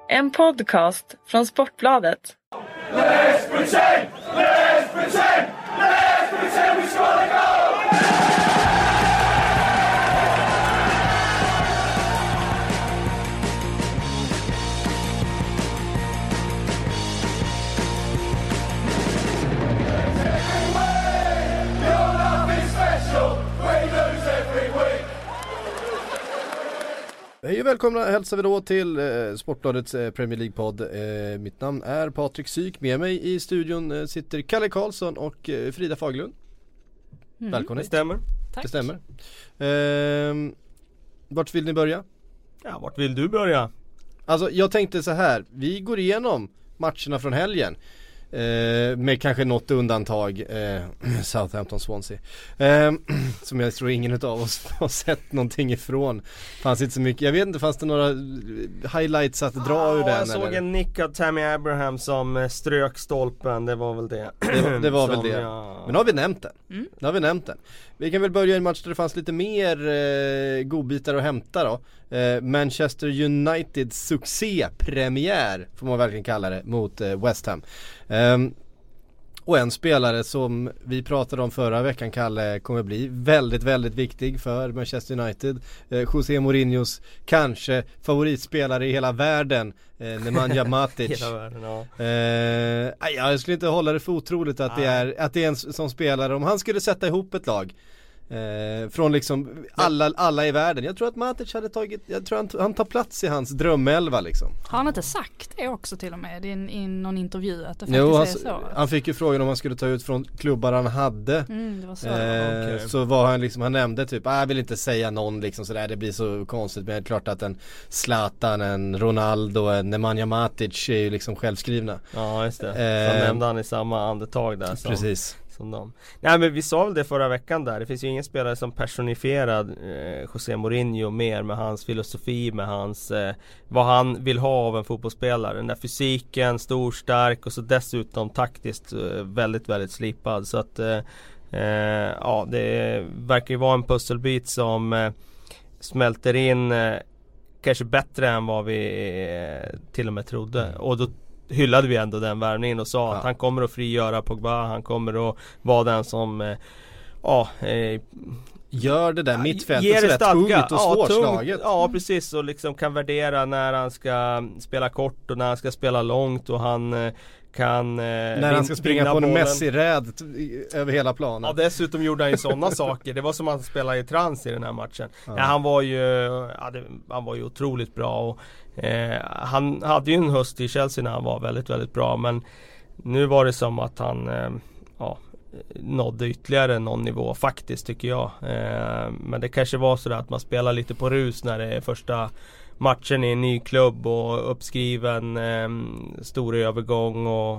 En podcast från Sportbladet. Let's pretend we score a goal! Hej och välkomna hälsar vi då till Sportbladets Premier League-podd. Mitt namn är Patrik Syk. Med mig i studion sitter Kalle Karlsson och Frida Faglund. Välkomna. Det stämmer. Tack. Det stämmer. Vart vill ni börja? Ja, vart vill du börja? Alltså jag tänkte så här. Vi går igenom matcherna från helgen. Med kanske något undantag Southampton-Swansea som jag tror ingen av oss har sett någonting ifrån. Fanns inte så mycket, jag vet inte, fanns det några highlights att dra ur den? Jag såg en nick av Tammy Abraham som strök stolpen, det var väl det. Det var väl det. Men nu har vi nämnt den. Vi kan väl börja i en match där det fanns lite mer godbitar att hämta då. Manchester Uniteds succépremiär får man verkligen kalla det mot West Ham. Och en spelare som vi pratade om förra veckan, Kalle, kommer bli väldigt, väldigt viktig för Manchester United. José Mourinhos kanske favoritspelare i hela världen, Nemanja Matic. Hela världen, ja. Jag skulle inte hålla det för otroligt att det är en sån spelare. Om han skulle sätta ihop ett lag från liksom alla i världen. Jag tror att Matic hade han tar plats i hans drömelva liksom. Har han inte sagt det också till och med i någon intervju att det faktiskt är så? Han fick ju frågan om han skulle ta ut från klubbar han hade. Det var så. Så var han liksom, han nämnde typ, jag vill inte säga någon liksom sådär, det blir så konstigt, men det är klart att en Zlatan, en Ronaldo, en Nemanja Matic är ju liksom självskrivna. Ja, just det. Så nämnde han i samma andetag där. Precis. Som dem. Nej, men vi sa väl det förra veckan där. Det finns ju ingen spelare som personifierad José Mourinho mer med hans filosofi, med hans vad han vill ha av en fotbollsspelare. Den där fysiken, stor, stark och så dessutom taktiskt väldigt, väldigt slipad. Så att det verkar ju vara en pusselbit som smälter in kanske bättre än vad vi till och med trodde. Och då hyllade vi ändå den värvningen och sa att han kommer att frigöra Pogba, han kommer att vara den som gör det där mittfältet så rätt tungt och svårslaget. Ja, precis, och liksom kan värdera när han ska spela kort och när han ska spela långt, och han kan när han ska springa på en Messi-räd över hela planen. Ja, dessutom gjorde han ju sådana saker. Det var som att spela i trans i den här matchen. Ja. Ja, han var ju otroligt bra, och han hade ju en höst i Chelsea när han var väldigt, väldigt bra, men nu var det som att han nådde ytterligare någon nivå faktiskt, tycker jag. Men det kanske var så att man spelar lite på rus när det är första matchen i en ny klubb och uppskriven stor övergång och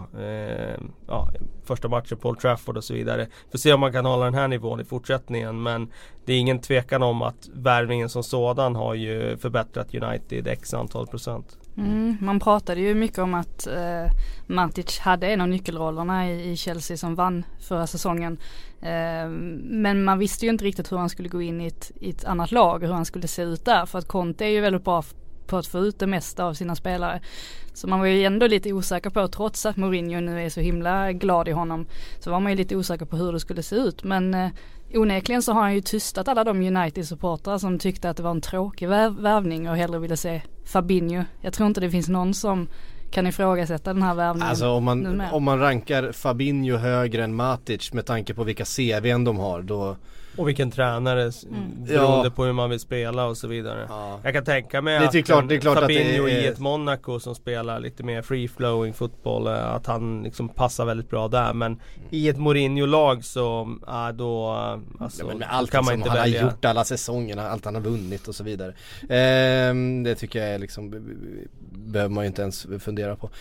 första matchen på Old Trafford och så vidare. Får se om man kan hålla den här nivån i fortsättningen, men det är ingen tvekan om att värvningen som sådan har ju förbättrat United x antal procent. Man pratade ju mycket om att Matic hade en av nyckelrollerna i Chelsea som vann förra säsongen. Men man visste ju inte riktigt hur han skulle gå in i ett annat lag och hur han skulle se ut där. För att Conte är ju väldigt bra på att få ut det mesta av sina spelare. Så man var ju ändå lite osäker på, trots att Mourinho nu är så himla glad i honom, så var man ju lite osäker på hur det skulle se ut. Men onekligen så har han ju tystat alla de United-supportrar som tyckte att det var en tråkig värvning och hellre ville se Fabinho. Jag tror inte det finns någon som kan ifrågasätta den här värvningen. Alltså om man rankar Fabinho högre än Matic med tanke på vilka CV:n de har, då... Och vilken tränare beroende på hur man vill spela och så vidare. Ja. Jag kan tänka mig att Fabinho i ett Monaco som spelar lite mer free-flowing fotboll, att han liksom passar väldigt bra där. Men i ett Mourinho-lag så då men med allt kan man som inte han välja. har gjort alla säsongerna, allt han har vunnit och så vidare. Det tycker jag är liksom, behöver man ju inte ens fundera på.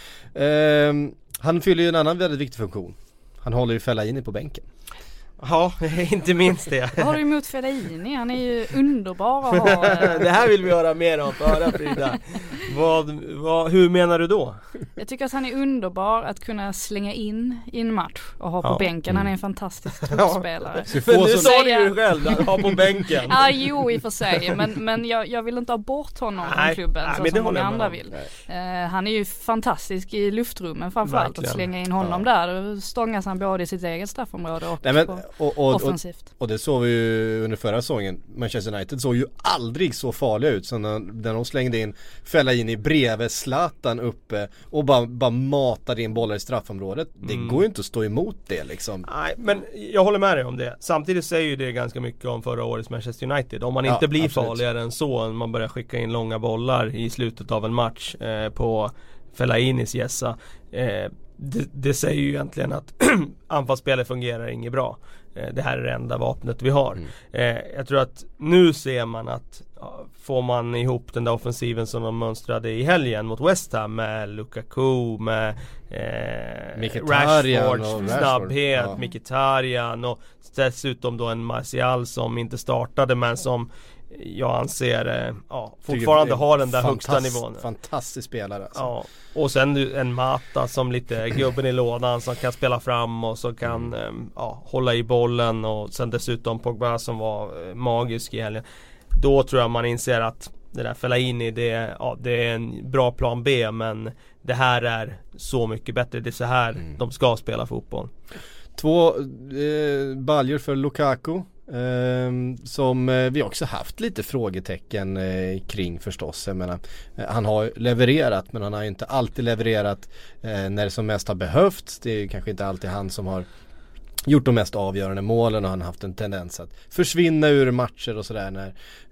Han fyller ju en annan väldigt viktig funktion. Han håller ju Fellaini på bänken. Ja, inte minst det. Vad har du emot Fellaini? Han är ju underbar att ha. Det här vill vi höra mer om. Höra, Frida. Hur menar du då? Jag tycker att han är underbar att kunna slänga in i en match och ha på bänken. Han är en fantastisk truppspelare. Men nu sa du ju själv att ha på bänken. Ja, jo i och för sig. Men jag vill inte ha bort honom från klubben så som många andra vill. Han är ju fantastisk i luftrummen framförallt. Verkligen. Att slänga in honom där. Då stångas han både i sitt eget straffområde och offensivt. Och det såg vi ju under förra säsongen. Manchester United såg ju aldrig så farliga ut som när de slängde in Fellaini bredvid Zlatan uppe och bara matade in bollar i straffområdet. Det går ju inte att stå emot det liksom. Nej, men jag håller med dig om det. Samtidigt säger ju det ganska mycket om förra årets Manchester United. Om man inte blir farligare än så, man börjar skicka in långa bollar i slutet av en match på Fellainis gässa. Det säger ju egentligen att anfallsspelet fungerar inget bra. Det här är det enda vapnet vi har. Jag tror att nu ser man att får man ihop den där offensiven som de mönstrade i helgen mot West Ham med Lukaku, med Rashford, snabbhet, Mkhitaryan och dessutom då en Martial som inte startade men som jag anser fortfarande har den där högsta nivån. Fantastisk spelare alltså. Ja. Och sen en Mata som lite gubben i lådan som kan spela fram och så kan hålla i bollen, och sen dessutom Pogba som var magisk i helgen. Då tror jag man inser att det där Fellaini det är en bra plan B, men det här är så mycket bättre. Det är så här de ska spela fotboll. 2 baljor för Lukaku som vi också haft lite frågetecken kring förstås. Jag menar, han har levererat, men han har inte alltid levererat när det som mest har behövts. Det är kanske inte alltid han som har gjort de mest avgörande målen, och han har haft en tendens att försvinna ur matcher och sådär.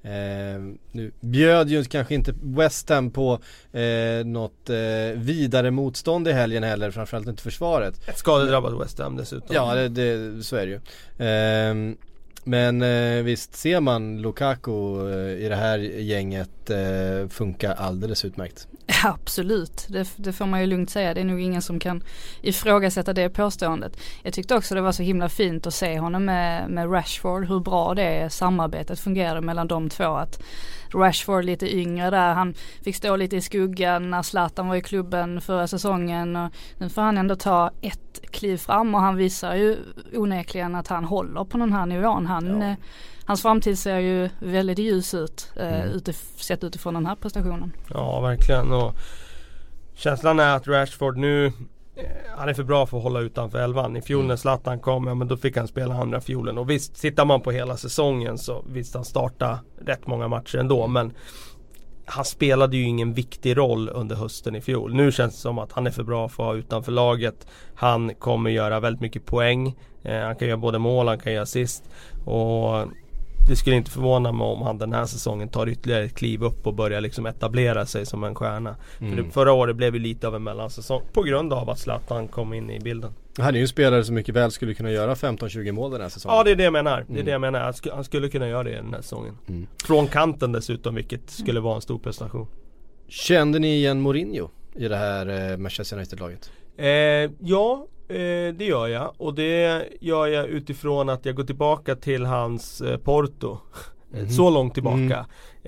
Nu bjöd ju kanske inte West Ham på något vidare motstånd i helgen heller, framförallt inte försvaret. Ett skadedrabbat West Ham dessutom. Ja, så är det ju. Men visst ser man Lukaku i det här gänget funkar alldeles utmärkt. Ja, absolut, det får man ju lugnt säga. Det är nog ingen som kan ifrågasätta det påståendet. Jag tyckte också det var så himla fint att se honom med Rashford, hur bra det samarbetet fungerade mellan de två. Att Rashford lite yngre där, han fick stå lite i skuggan när Zlatan var i klubben förra säsongen, och nu får han ändå ta ett kliv fram, och han visar ju onekligen att han håller på den här nivån. Hans framtid ser ju väldigt ljus ut sett utifrån den här prestationen. Ja, verkligen. Och känslan är att Rashford nu han är för bra för att hålla utanför elvan. I fjol när Zlatan kom, men då fick han spela andra fjolen. Och visst, tittar man på hela säsongen så visst han starta rätt många matcher ändå, men han spelade ju ingen viktig roll under hösten i fjol. Nu känns det som att han är för bra för att ha utanför laget. Han kommer göra väldigt mycket poäng. Han kan göra både mål, han kan göra assist. Och det skulle inte förvåna mig om han den här säsongen tar ytterligare ett kliv upp och börjar liksom etablera sig som en stjärna. För förra året blev det lite av en mellansäsong på grund av att Zlatan kom in i bilden. Han är ju en spelare som mycket väl skulle kunna göra 15-20 mål den här säsongen. Ja, det är det jag menar. Det är det jag menar. Han skulle kunna göra det den här säsongen. Från kanten dessutom, vilket skulle vara en stor prestation. Kände ni igen Mourinho i det här Manchester United-laget? Ja, det gör jag. Och det gör jag utifrån att jag går tillbaka till hans Porto. Så långt tillbaka.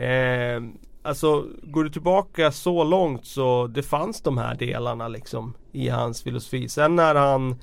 Alltså, går du tillbaka så långt så det fanns de här delarna liksom i hans filosofi. Sen när han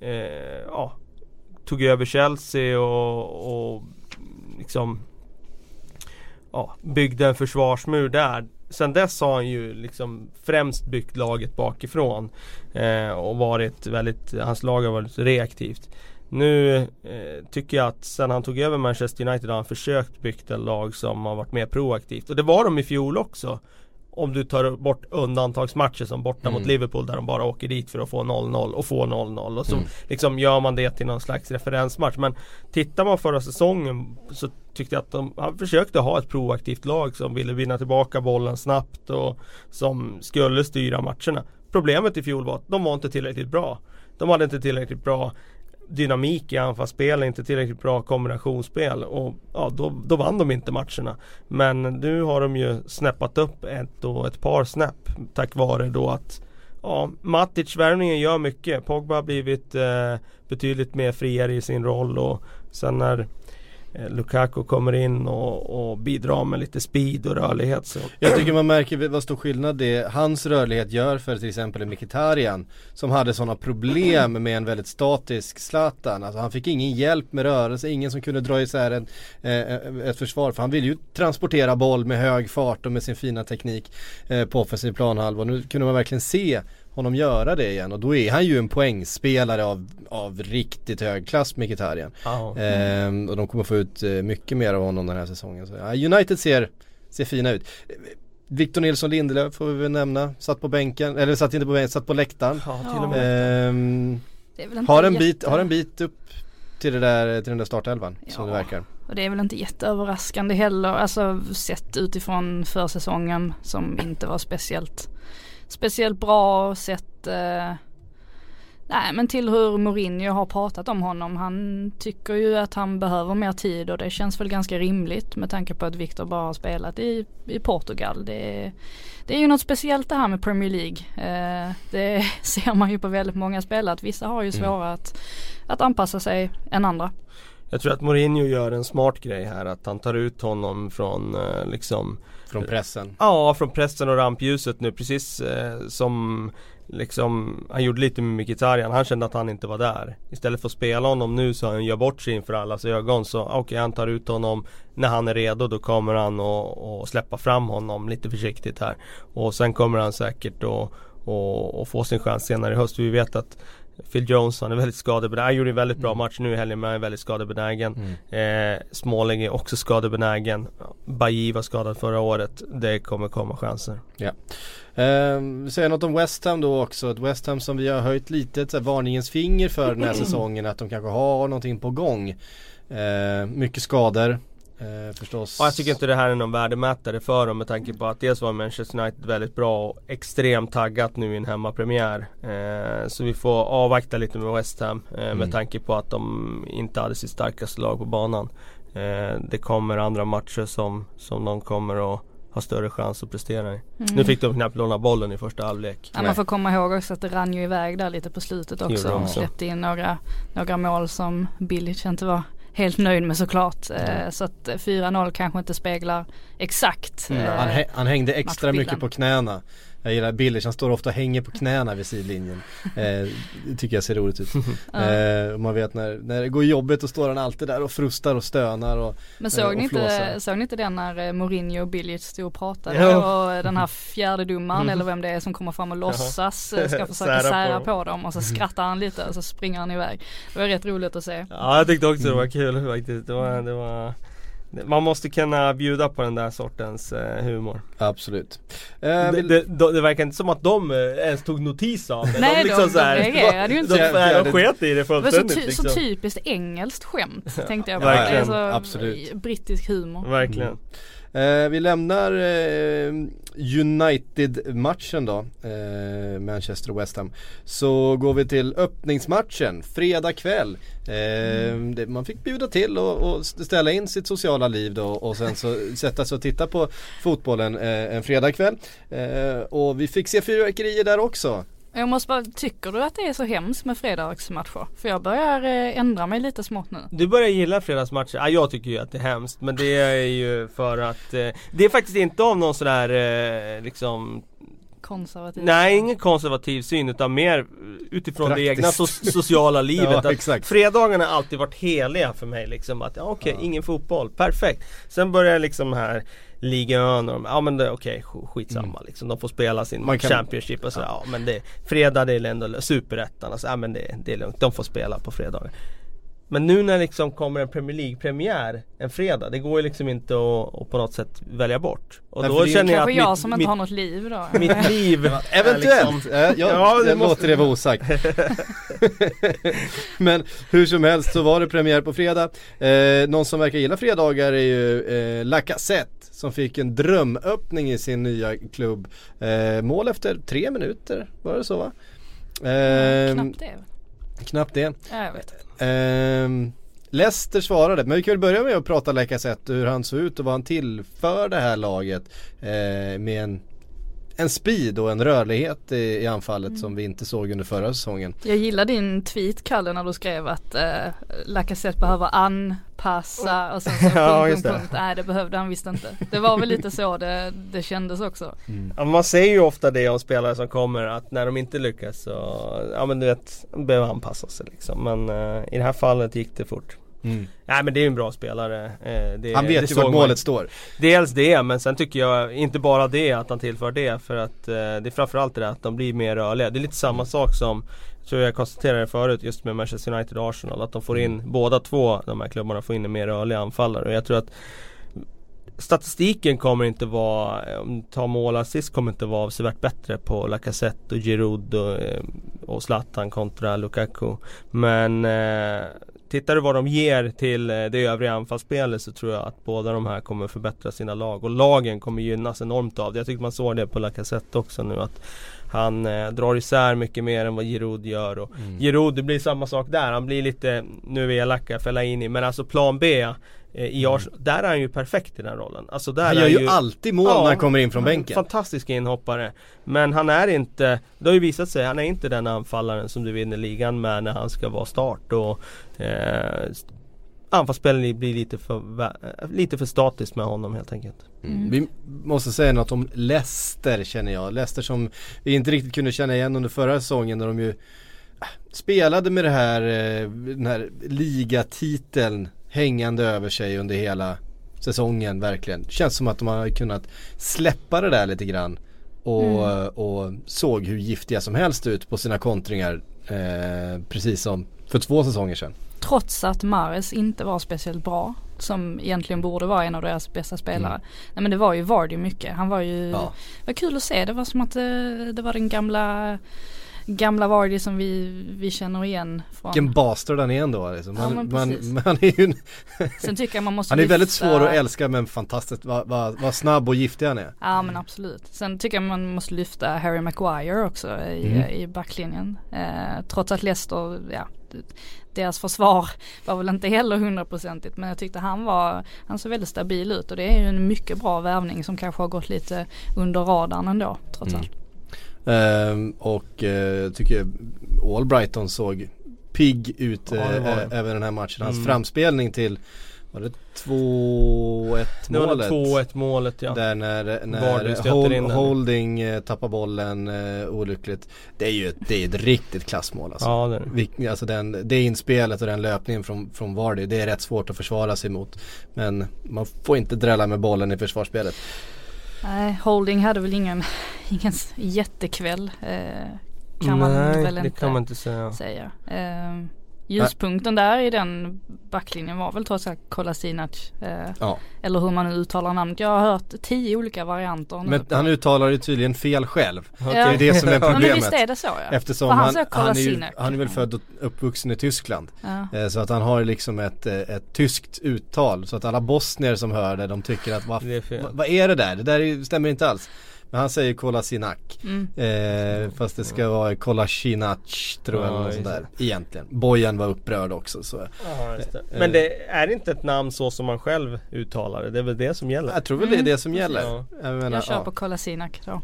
tog över Chelsea och liksom byggde en försvarsmur där. Sen dess har han ju liksom främst byggt laget bakifrån och varit hans lag har varit reaktivt. Nu tycker jag att sen han tog över Manchester United har han försökt bygga ett lag som har varit mer proaktivt. Och det var de i fjol också. Om du tar bort undantagsmatcher som borta mot Liverpool där de bara åker dit för att få 0-0 och få 0-0. Och så liksom gör man det till någon slags referensmatch. Men tittar man förra säsongen så tyckte jag att han försökte ha ett proaktivt lag som ville vinna tillbaka bollen snabbt och som skulle styra matcherna. Problemet i fjol var att de var inte tillräckligt bra. De hade inte tillräckligt bra dynamik i anfallsspel, inte tillräckligt bra kombinationsspel, och då vann de inte matcherna. Men nu har de ju snäppat upp ett par snäpp tack vare då att Matic-värvningen gör mycket. Pogba har blivit betydligt mer friare i sin roll, och sen när Lukaku kommer in och bidrar med lite speed och rörlighet. Så. Jag tycker man märker vad stor skillnad det hans rörlighet gör för till exempel Mkhitaryan som hade sådana problem med en väldigt statisk Zlatan. Alltså han fick ingen hjälp med rörelse, ingen som kunde dra isär ett försvar, för han vill ju transportera boll med hög fart och med sin fina teknik på offensiv planhalva. Nu kunde man verkligen se honom göra det igen, och då är han ju en poängspelare av riktigt hög klass, Mkhitaryan. Och de kommer få ut mycket mer av honom den här säsongen. Så, United ser fina ut. Victor Nilsson Lindelöf får vi väl nämna, satt på bänken, eller satt inte på bänken, satt på läktaren. Ja, till och med. Har en bit upp till den där startelvan, som det verkar. Och det är väl inte jätteöverraskande heller, alltså sett utifrån försäsongen som inte var speciellt bra, sett men till hur Mourinho har pratat om honom. Han tycker ju att han behöver mer tid, och det känns väl ganska rimligt med tanke på att Victor bara har spelat i Portugal. Det är ju något speciellt det här med Premier League. Det ser man ju på väldigt många spelare, att vissa har ju svårare att anpassa sig än andra. Jag tror att Mourinho gör en smart grej här, att han tar ut honom från från pressen. Ja, från pressen och rampljuset nu, precis som han gjorde lite med Mkhitaryan. Han kände att han inte var där. Istället för att spela honom nu så han gör bort sig inför allas ögon, så han tar ut honom när han är redo. Då kommer han och släppa fram honom lite försiktigt här. Och sen kommer han säkert och få sin chans senare i höst. Vi vet att Phil Jones, han är väldigt skadebenägen. Han gjorde en väldigt bra match nu i helgen, men han är väldigt skadebenägen. Smalling är också skadebenägen. Bailly var skadad förra året. Det kommer komma chanser. Ja. Säger något om West Ham då också. Ett West Ham som vi har höjt lite ett varningens finger för den här säsongen, att de kanske har någonting på gång. Mycket skador. Förstås. Ja, jag tycker inte det här är någon värdemätare för dem, med tanke på att dels var Manchester United väldigt bra och extremt taggat nu i en hemmapremiär. Så vi får avvakta lite med West Ham med tanke på att de inte hade sitt starkaste lag på banan. Det kommer andra matcher som de kommer att ha större chans att prestera i. Nu fick de knappt låna bollen i första halvlek. Ja, man får komma ihåg också att det rann ju iväg där lite på slutet också. De släppte in några mål som Bilic inte var helt nöjd med, såklart. Så att 4-0 kanske inte speglar exakt han hängde extra mycket på knäna. Jag gillar Bilic, han står ofta och hänger på knäna vid sidlinjen. Det tycker jag ser roligt ut. Man vet när det går jobbet, och står han alltid där och frustar och stönar. Men såg ni inte den när Mourinho och Bilic stod och pratade och den här fjärde domaren eller vem det är som kommer fram och låtsas ska försöka sära på dem, och så skrattar han lite och så springer han iväg. Det var rätt roligt att se. Ja, jag tyckte också det var kul faktiskt. Det var man måste kunna bjuda på den där sortens humor. Absolut. Det verkar inte som att de ens tog notis av det. Nej, de liksom reagerade ju inte. De sket i det fullständigt. Det var så typiskt engelskt skämt, tänkte jag. Verkligen, så absolut. Brittisk humor. Verkligen. Vi lämnar United-matchen då, Manchester och West Ham. Så går vi till öppningsmatchen, fredag kväll. Man fick bjuda till och ställa in sitt sociala liv då, och sen så sätta sig och titta på fotbollen en fredag kväll. Och vi fick se fyrverkerier där också. Jag måste bara, tycker du att det är så hemskt med fredagsmatcher? För jag börjar ändra mig lite smått nu. Du börjar gilla fredagsmatcher? Ja, jag tycker ju att det är hemskt. Men det är ju för att det är faktiskt inte av någon sådär liksom konservativ. Nej, ingen konservativ syn, utan mer utifrån praktiskt. Det egna sociala livet. Ja, exakt. Fredagarna har alltid varit heliga för mig liksom, att ingen fotboll, perfekt. Sen börjar liksom här ligan och men det skitsamma liksom. De får spela sin Championship och så men det fredag, det är ändå superettan, alltså, men det är lugnt. De får spela på fredagar. Men nu när liksom kommer en Premier League-premiär en fredag, det går ju liksom inte att på något sätt välja bort. Och då känner jag att jag som inte har något liv då. Mitt liv eventuellt liksom, det låter det vara osagt. Men hur som helst så var det premiär på fredag. Någon som verkar gilla fredagar är ju Lacazette, som fick en drömöppning i sin nya klubb. Mål efter 3 minuter, var det så va? Knappt det. Ja, jag vet. Leicester svarade, men vi kan väl börja med att prata Lacazette, hur han såg ut och vad han tillför det här laget med en speed och en rörlighet i anfallet som vi inte såg under förra säsongen. Jag gillar din tweet, Kalle, när du skrev att Lacazette behöver anpassa och sen så punkt. Nej, det behövde han visst inte. Det var väl lite så det kändes också. Ja, man säger ju ofta det om spelare som kommer, att när de inte lyckas så, ja men du vet, behöver anpassa sig liksom. Men i det här fallet gick det fort. Nej, men det är ju en bra spelare. Han vet ju vad målet står. Dels det, men sen tycker jag inte bara det att han tillför det, för att det är framförallt det att de blir mer rörliga. Det är lite samma sak som, tror jag konstaterade förut, just med Manchester United och Arsenal, att de får in, båda två de här klubbarna får in en mer rörlig anfallare. Och jag tror att statistiken kommer inte vara, om ta målassist, kommer inte vara avsevärt bättre på Lacazette och Giroud och Zlatan kontra Lukaku. Men tittar du vad de ger till det övriga anfallsspelet, så tror jag att båda de här kommer förbättra sina lag. Och lagen kommer gynnas enormt av det. Jag tycker man såg det på Lacazette också nu, att han drar isär mycket mer än vad Giroud gör. Och Giroud, det blir samma sak där. Han blir lite, nu är jag lacka, fälla in i. Men alltså plan B i Arsenal, där är han ju perfekt i den rollen. Alltså där han gör ju alltid mål när han kommer in från bänken. Fantastisk inhoppare. Men han är inte, det har ju visat sig, han är inte den anfallaren som du vinner ligan med när han ska vara start. Och anfallsspelen blir lite för statiskt med honom helt enkelt. Vi måste säga något om Leicester, känner jag. Leicester som vi inte riktigt kunde känna igen under förra säsongen, när de ju spelade med den här ligatiteln hängande över sig under hela säsongen verkligen. Känns som att de har kunnat släppa det där lite grann och såg hur giftiga som helst ut på sina kontringar, precis som för 2 säsonger sedan. Trots att Mahrez inte var speciellt bra, som egentligen borde vara en av deras bästa spelare. Nej, men det var ju Vardy mycket. Han var ju, var kul att se. Det var som att det var den gamla Vardy som vi känner igen från. Vilken bastard han är ändå liksom. Han är ju sen tycker jag man måste han är väldigt svår att älska, men fantastiskt vad snabb och giftig han är. Ja, men absolut. Sen tycker jag man måste lyfta Harry Maguire också i backlinjen. Trots att Leicester, deras försvar var väl inte heller 100%, men jag tyckte han såg väldigt stabil ut, och det är ju en mycket bra värvning som kanske har gått lite under radarn ändå, trots allt. Tycker Albrighton såg pigg ut även den här matchen. Hans framspelning till, var det 2-1 målet? Det var 2-1 målet, ja. Där när Holding tappar bollen olyckligt. Det är ett riktigt klassmål alltså. Ja, alltså det inspelet och den löpningen från Vardy, det är rätt svårt att försvara sig mot. Men man får inte drälla med bollen i försvarsspelet. Nej, Holding hade väl ingen jättekväll, kan man väl inte, kan man inte säga. Ljuspunkten där i den backlinjen var väl trots allt Kolasinac, eller hur man nu uttalar namnet. Jag har hört 10 olika varianter. Men han uttalar ju tydligen fel själv. Det är det som är problemet. Men visst är det så, ja. Eftersom han är väl född och uppvuxen i Tyskland. Så att han har liksom ett tyskt uttal. Så att alla bosnier som hör det, de tycker att vad är det där? Det där stämmer inte alls. Men han säger Kolasinac. Fast det ska vara Kolasinac, tror jag, eller sånt där. Egentligen. Bojan var upprörd också. Så. Men det är inte ett namn så som man själv uttalar det. Det är väl det som gäller. Jag tror väl det är det som gäller. Jag kör på Kolasinac då.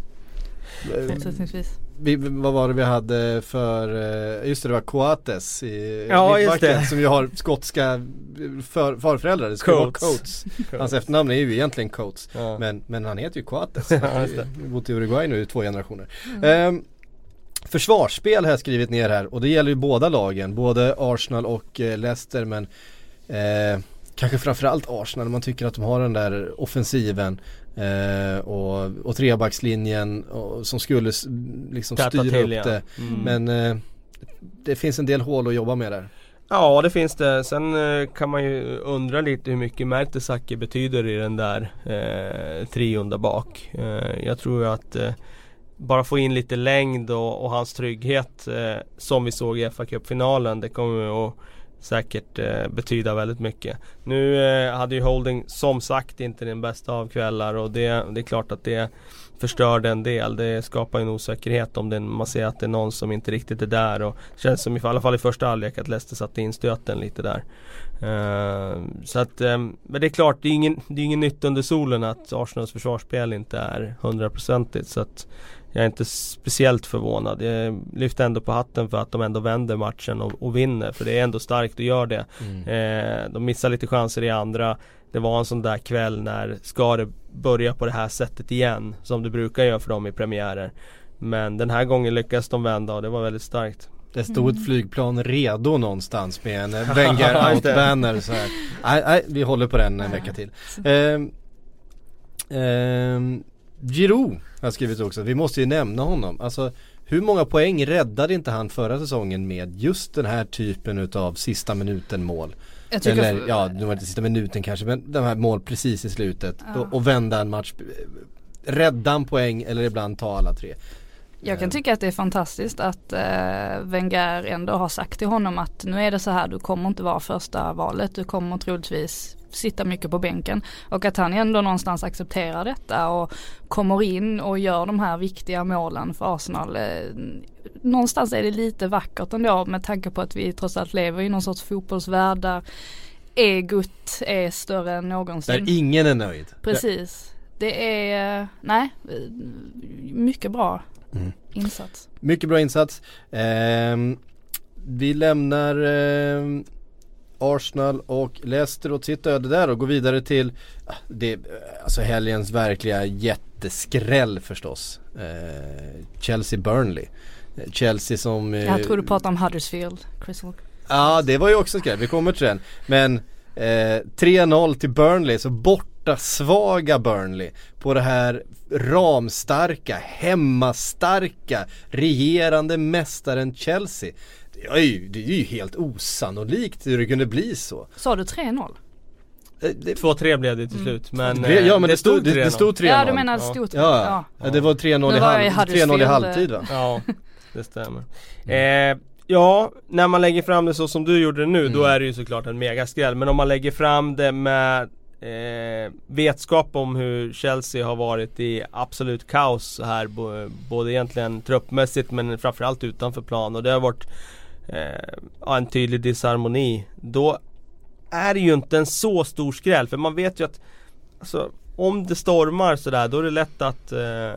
Vad var det vi hade för, just det var Coates i mittbacken, som ju har skotska farföräldrar. Det ska vara Coates. Hans efternamn är ju egentligen Coates, men han heter ju Coates. Bott i Uruguay nu i 2 generationer. Försvarsspel har jag skrivit ner här, och det gäller ju båda lagen, både Arsenal och Leicester, men kanske framförallt Arsenal. Man tycker att de har den där offensiven och trebackslinjen som skulle liksom styra upp det. Men det finns en del hål att jobba med där. Ja, det finns det. Sen kan man ju undra lite hur mycket Mertesacker betyder i den där trion där bak. Jag tror att bara få in lite längd och hans trygghet som vi såg i FA Cup-finalen, det kommer att säkert betyda väldigt mycket. Nu hade ju Holding som sagt inte den bästa av kvällar, och det är klart att förstörde en del. Det skapar en osäkerhet om man ser att det är någon som inte riktigt är där, och det känns som i alla fall i första halvlek att Leicester satte in stöten lite där. Så att, men det är klart, det är ingen nytt under solen att Arsenals försvarsspel inte är 100%, så att jag är inte speciellt förvånad. Jag lyfter ändå på hatten för att de ändå vänder matchen och vinner, för det är ändå starkt att göra det. De missar lite chanser i andra. Det var en sån där kväll när ska det börja på det här sättet igen, som det brukar göra för dem i premiärer. Men den här gången lyckas de vända, och det var väldigt starkt. Det stod ett flygplan redo någonstans med en Wenger out-banner så här. Nej, vi håller på den en vecka till. Giroud har skrivit också, vi måste ju nämna honom. Alltså, hur många poäng räddade inte han förra säsongen med just den här typen utav sista minuten mål? Eller ja, det var inte sista minuten kanske, men de här mål precis i slutet och vända en match, rädda en poäng eller ibland ta alla tre. Jag kan tycka att det är fantastiskt att Wenger ändå har sagt till honom att nu är det så här, du kommer inte vara första valet, du kommer troligtvis sitta mycket på bänken, och att han ändå någonstans accepterar detta och kommer in och gör de här viktiga målen för Arsenal. Någonstans är det lite vackert ändå, med tanke på att vi trots allt lever i någon sorts fotbollsvärld där egot är större än någonsin. Där ingen är nöjd. Precis. Det är, mycket bra insats. Mycket bra insats. Vi lämnar Arsenal och Leicester åt sitt öde där och går vidare till alltså helgens verkliga jätteskräll förstås. Chelsea-Burnley. Chelsea som... Jag tror du pratar om Huddersfield, Chris Walker. Ja, det var ju också skräll. Vi kommer till den. Men 3-0 till Burnley, så borta svaga Burnley på det här ramstarka, hemmastarka, regerande mästaren Chelsea. Det är ju helt osannolikt hur det kunde bli så. Sa du 3-0? 2-3 blev det till slut, men det stod 3-0. Ja, du menar det stod 3-0. Ja, det var 3-0 i halvtid va? Ja, det stämmer. Ja, när man lägger fram det så som du gjorde det nu, då är det ju såklart en megaskräll. Men om man lägger fram det med vetskap om hur Chelsea har varit i absolut kaos här, både egentligen truppmässigt men framförallt utanför plan, och det har varit en tydlig disharmoni, då är det ju inte en så stor skräll, för man vet ju att alltså, om det stormar sådär, då är det lätt att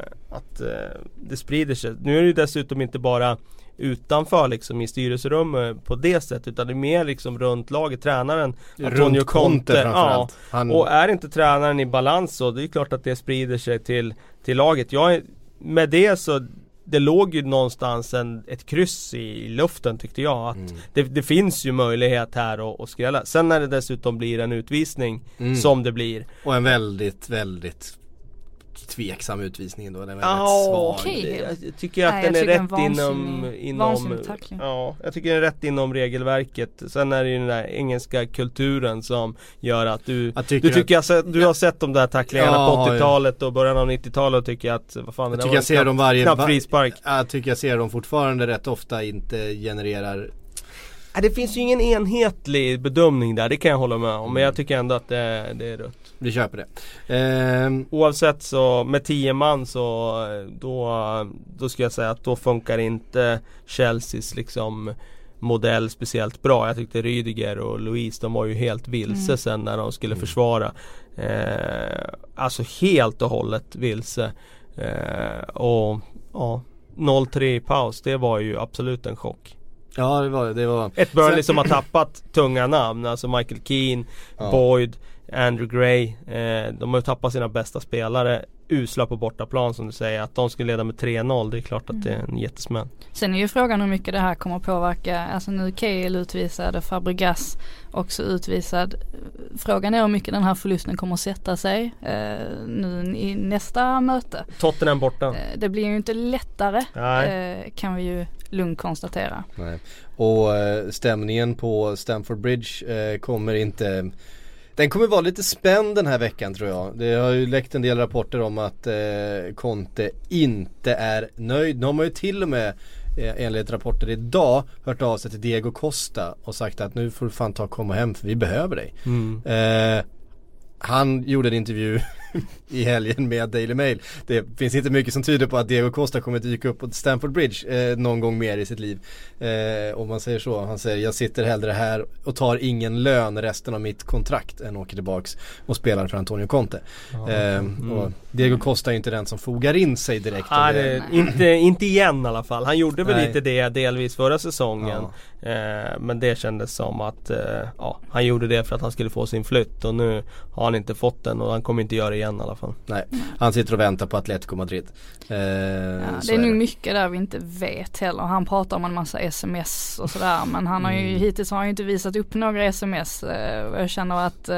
det sprider sig. Nu är det ju dessutom inte bara utanför liksom i styrelserummet på det sättet, utan det är mer liksom runt laget, tränaren Antonio Conte framförallt. Och är inte tränaren i balans, så det är klart att det sprider sig till laget. Med det så det låg ju någonstans ett kryss i luften, tyckte jag, att det finns ju möjlighet här att skrälla. Sen när det dessutom blir en utvisning som det blir, och en väldigt, väldigt tveksam utvisning då, den är väldigt svag. Okay. Jag tycker att den är rätt inom jag tycker den är rätt inom regelverket. Sen är det ju den där engelska kulturen som gör att du har sett de där tacklingarna på 80-talet och början av 90-talet och tycker att vad fan, jag tycker jag ser dem knappt frispark. Jag tycker jag ser dem fortfarande rätt ofta inte genererar. Det finns ju ingen enhetlig bedömning där, det kan jag hålla med om, men jag tycker ändå att det är rött. Vi köper det. Oavsett, så med 10 man så då ska jag säga att då funkar inte Chelseas liksom modell speciellt bra. Jag tyckte Rydiger och Luis, de var ju helt vilse sen när de skulle försvara. Alltså helt och hållet vilse. Och 0-3 i paus, det var ju absolut en chock. Ja, det var ett Burnley som har tappat tunga namn, alltså Michael Keane, Boyd, Andrew Gray. De har ju tappat sina bästa spelare, usla på bortaplan som du säger. Att de skulle leda med 3-0, det är klart att det är en jättesmäll. Sen är ju frågan hur mycket det här kommer att påverka. Alltså nu Cahill utvisad, Fabregas också utvisad. Frågan är hur mycket den här förlusten kommer att sätta sig nu i nästa möte. Tottenham borta. Det blir ju inte lättare, kan vi ju lugnt konstatera. Nej. Och stämningen på Stamford Bridge kommer inte... Den kommer vara lite spänd den här veckan, tror jag. Det har ju läckt en del rapporter om att Conte inte är nöjd. Nu har man ju till och med enligt rapporter idag hört av sig till Diego Costa och sagt att nu får du fan komma hem för vi behöver dig. Han gjorde en intervju i helgen med Daily Mail. Det finns inte mycket som tyder på att Diego Costa kommer dyka upp på Stamford Bridge någon gång mer i sitt liv. Om man säger så. Han säger, jag sitter hellre här och tar ingen lön resten av mitt kontrakt än åker tillbaks och spelar för Antonio Conte. Och Diego Costa är inte den som fogar in sig direkt. Inte igen i alla fall. Han gjorde väl lite det delvis förra säsongen. Men det kändes som att han gjorde det för att han skulle få sin flytt, och nu har han inte fått den, och han kommer inte göra det igen i alla fall. Nej, han sitter och väntar på Atletico Madrid. Det är nog mycket där vi inte vet heller. Han pratar om en massa sms och sådär, men han har ju hittills har han inte visat upp några sms. Jag känner att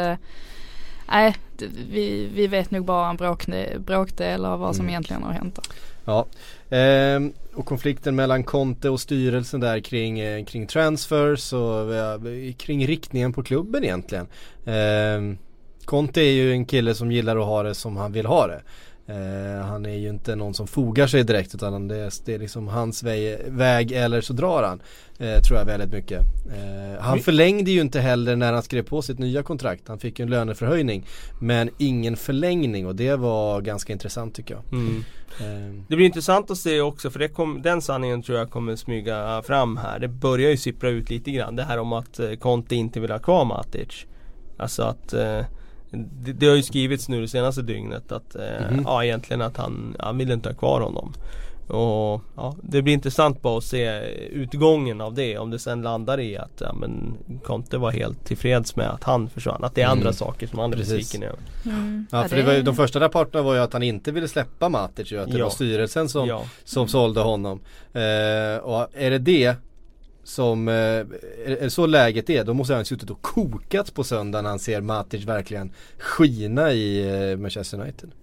vi vet nog bara en bråkdel av vad som egentligen har hänt. Ja, och konflikten mellan Conte och styrelsen där kring transfers och kring riktningen på klubben egentligen. Conte är ju en kille som gillar att ha det som han vill ha det. Han är ju inte någon som fogar sig direkt, utan det är liksom hans väg eller så drar han, tror jag väldigt mycket. Han förlängde ju inte heller när han skrev på sitt nya kontrakt. Han fick ju en löneförhöjning men ingen förlängning, och det var ganska intressant tycker jag. Det blir intressant att se också, för den sanningen tror jag kommer smyga fram här. Det börjar ju sippra ut lite grann, det här om att Conte inte vill ha kvar Matic. Alltså att det har ju skrivits nu det senaste dygnet att egentligen att han vill inte ha kvar honom. Och det blir intressant bara att se utgången av det, om det sen landar i att Conte var helt tillfreds med att han försvann, att det är andra saker som han är besviken över. Ja, för det var ju, de första rapporterna var ju att han inte ville släppa Matic, att det var styrelsen som sålde honom. Och är det som är så läget är, då måste han suttit och kokat på söndagen när han ser Matic verkligen skina i Manchester United.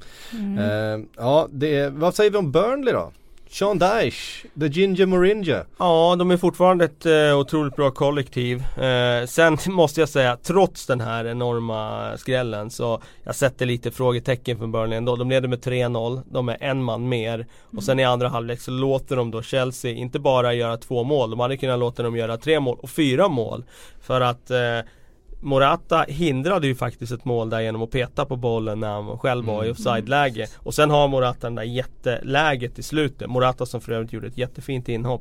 Vad säger vi om Burnley då? Sean Dyche, The Ginger Moringa. Ja, de är fortfarande ett otroligt bra kollektiv. Sen måste jag säga, trots den här enorma skrällen, så jag sätter lite frågetecken för Burnley ändå. De leder med 3-0, de är en man mer. Och sen i andra halvlek så låter de då Chelsea inte bara göra 2 mål. De hade kunnat låta dem göra 3 mål och 4 mål. För att Morata hindrade ju faktiskt ett mål där genom att peta på bollen när han själv var i offside-läge. Och sen har Morata den där jätteläget i slutet. Morata som för övrigt gjorde ett jättefint inhopp.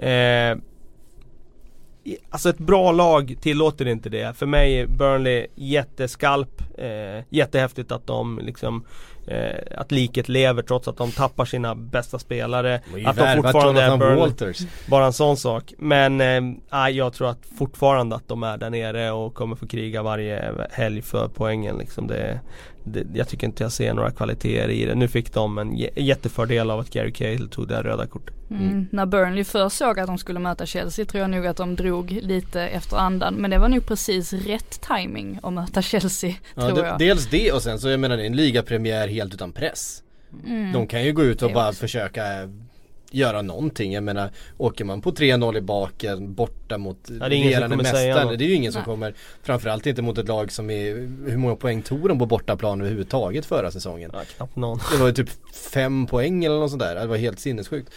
Alltså ett bra lag tillåter inte det. För mig Burnley jätteskalp. Jättehäftigt att de liksom att liket lever trots att de tappar sina bästa spelare. Att de fortfarande är Burnley. Bara en sån sak. Men jag tror att fortfarande att de är där nere och kommer få kriga varje helg för poängen liksom. Jag tycker inte jag ser några kvaliteter i det. Nu fick de en jättefördel av att Gary Cahill tog det röda kortet. När Burnley först såg att de skulle möta Chelsea tror jag nog att de drog lite efter andan. Men det var nog precis rätt timing att möta Chelsea, tror jag. Dels det, och sen så jag menar det är en ligapremiär helt utan press. De kan ju gå ut och bara försöka göra någonting. Jag menar, åker man på 3-0 i baken borta mot regerande mästaren, det är ju ingen som kommer, framförallt inte mot ett lag som är, hur många poäng tog de på bortaplan överhuvudtaget förra säsongen? Ja, knappt någon. Det var ju typ 5 poäng eller något sånt där. Det var helt sinnessjukt.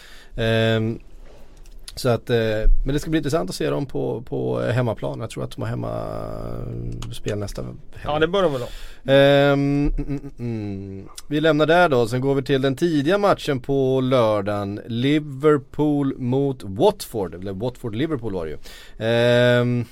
Så att, men det ska bli intressant att se dem på hemmaplan. Jag tror att de har hemmaspel nästa helg. Ja, det bör de väl ha. Vi lämnar där då. Sen går vi till den tidiga matchen på lördagen. Liverpool mot Watford. Eller Watford-Liverpool var det ju.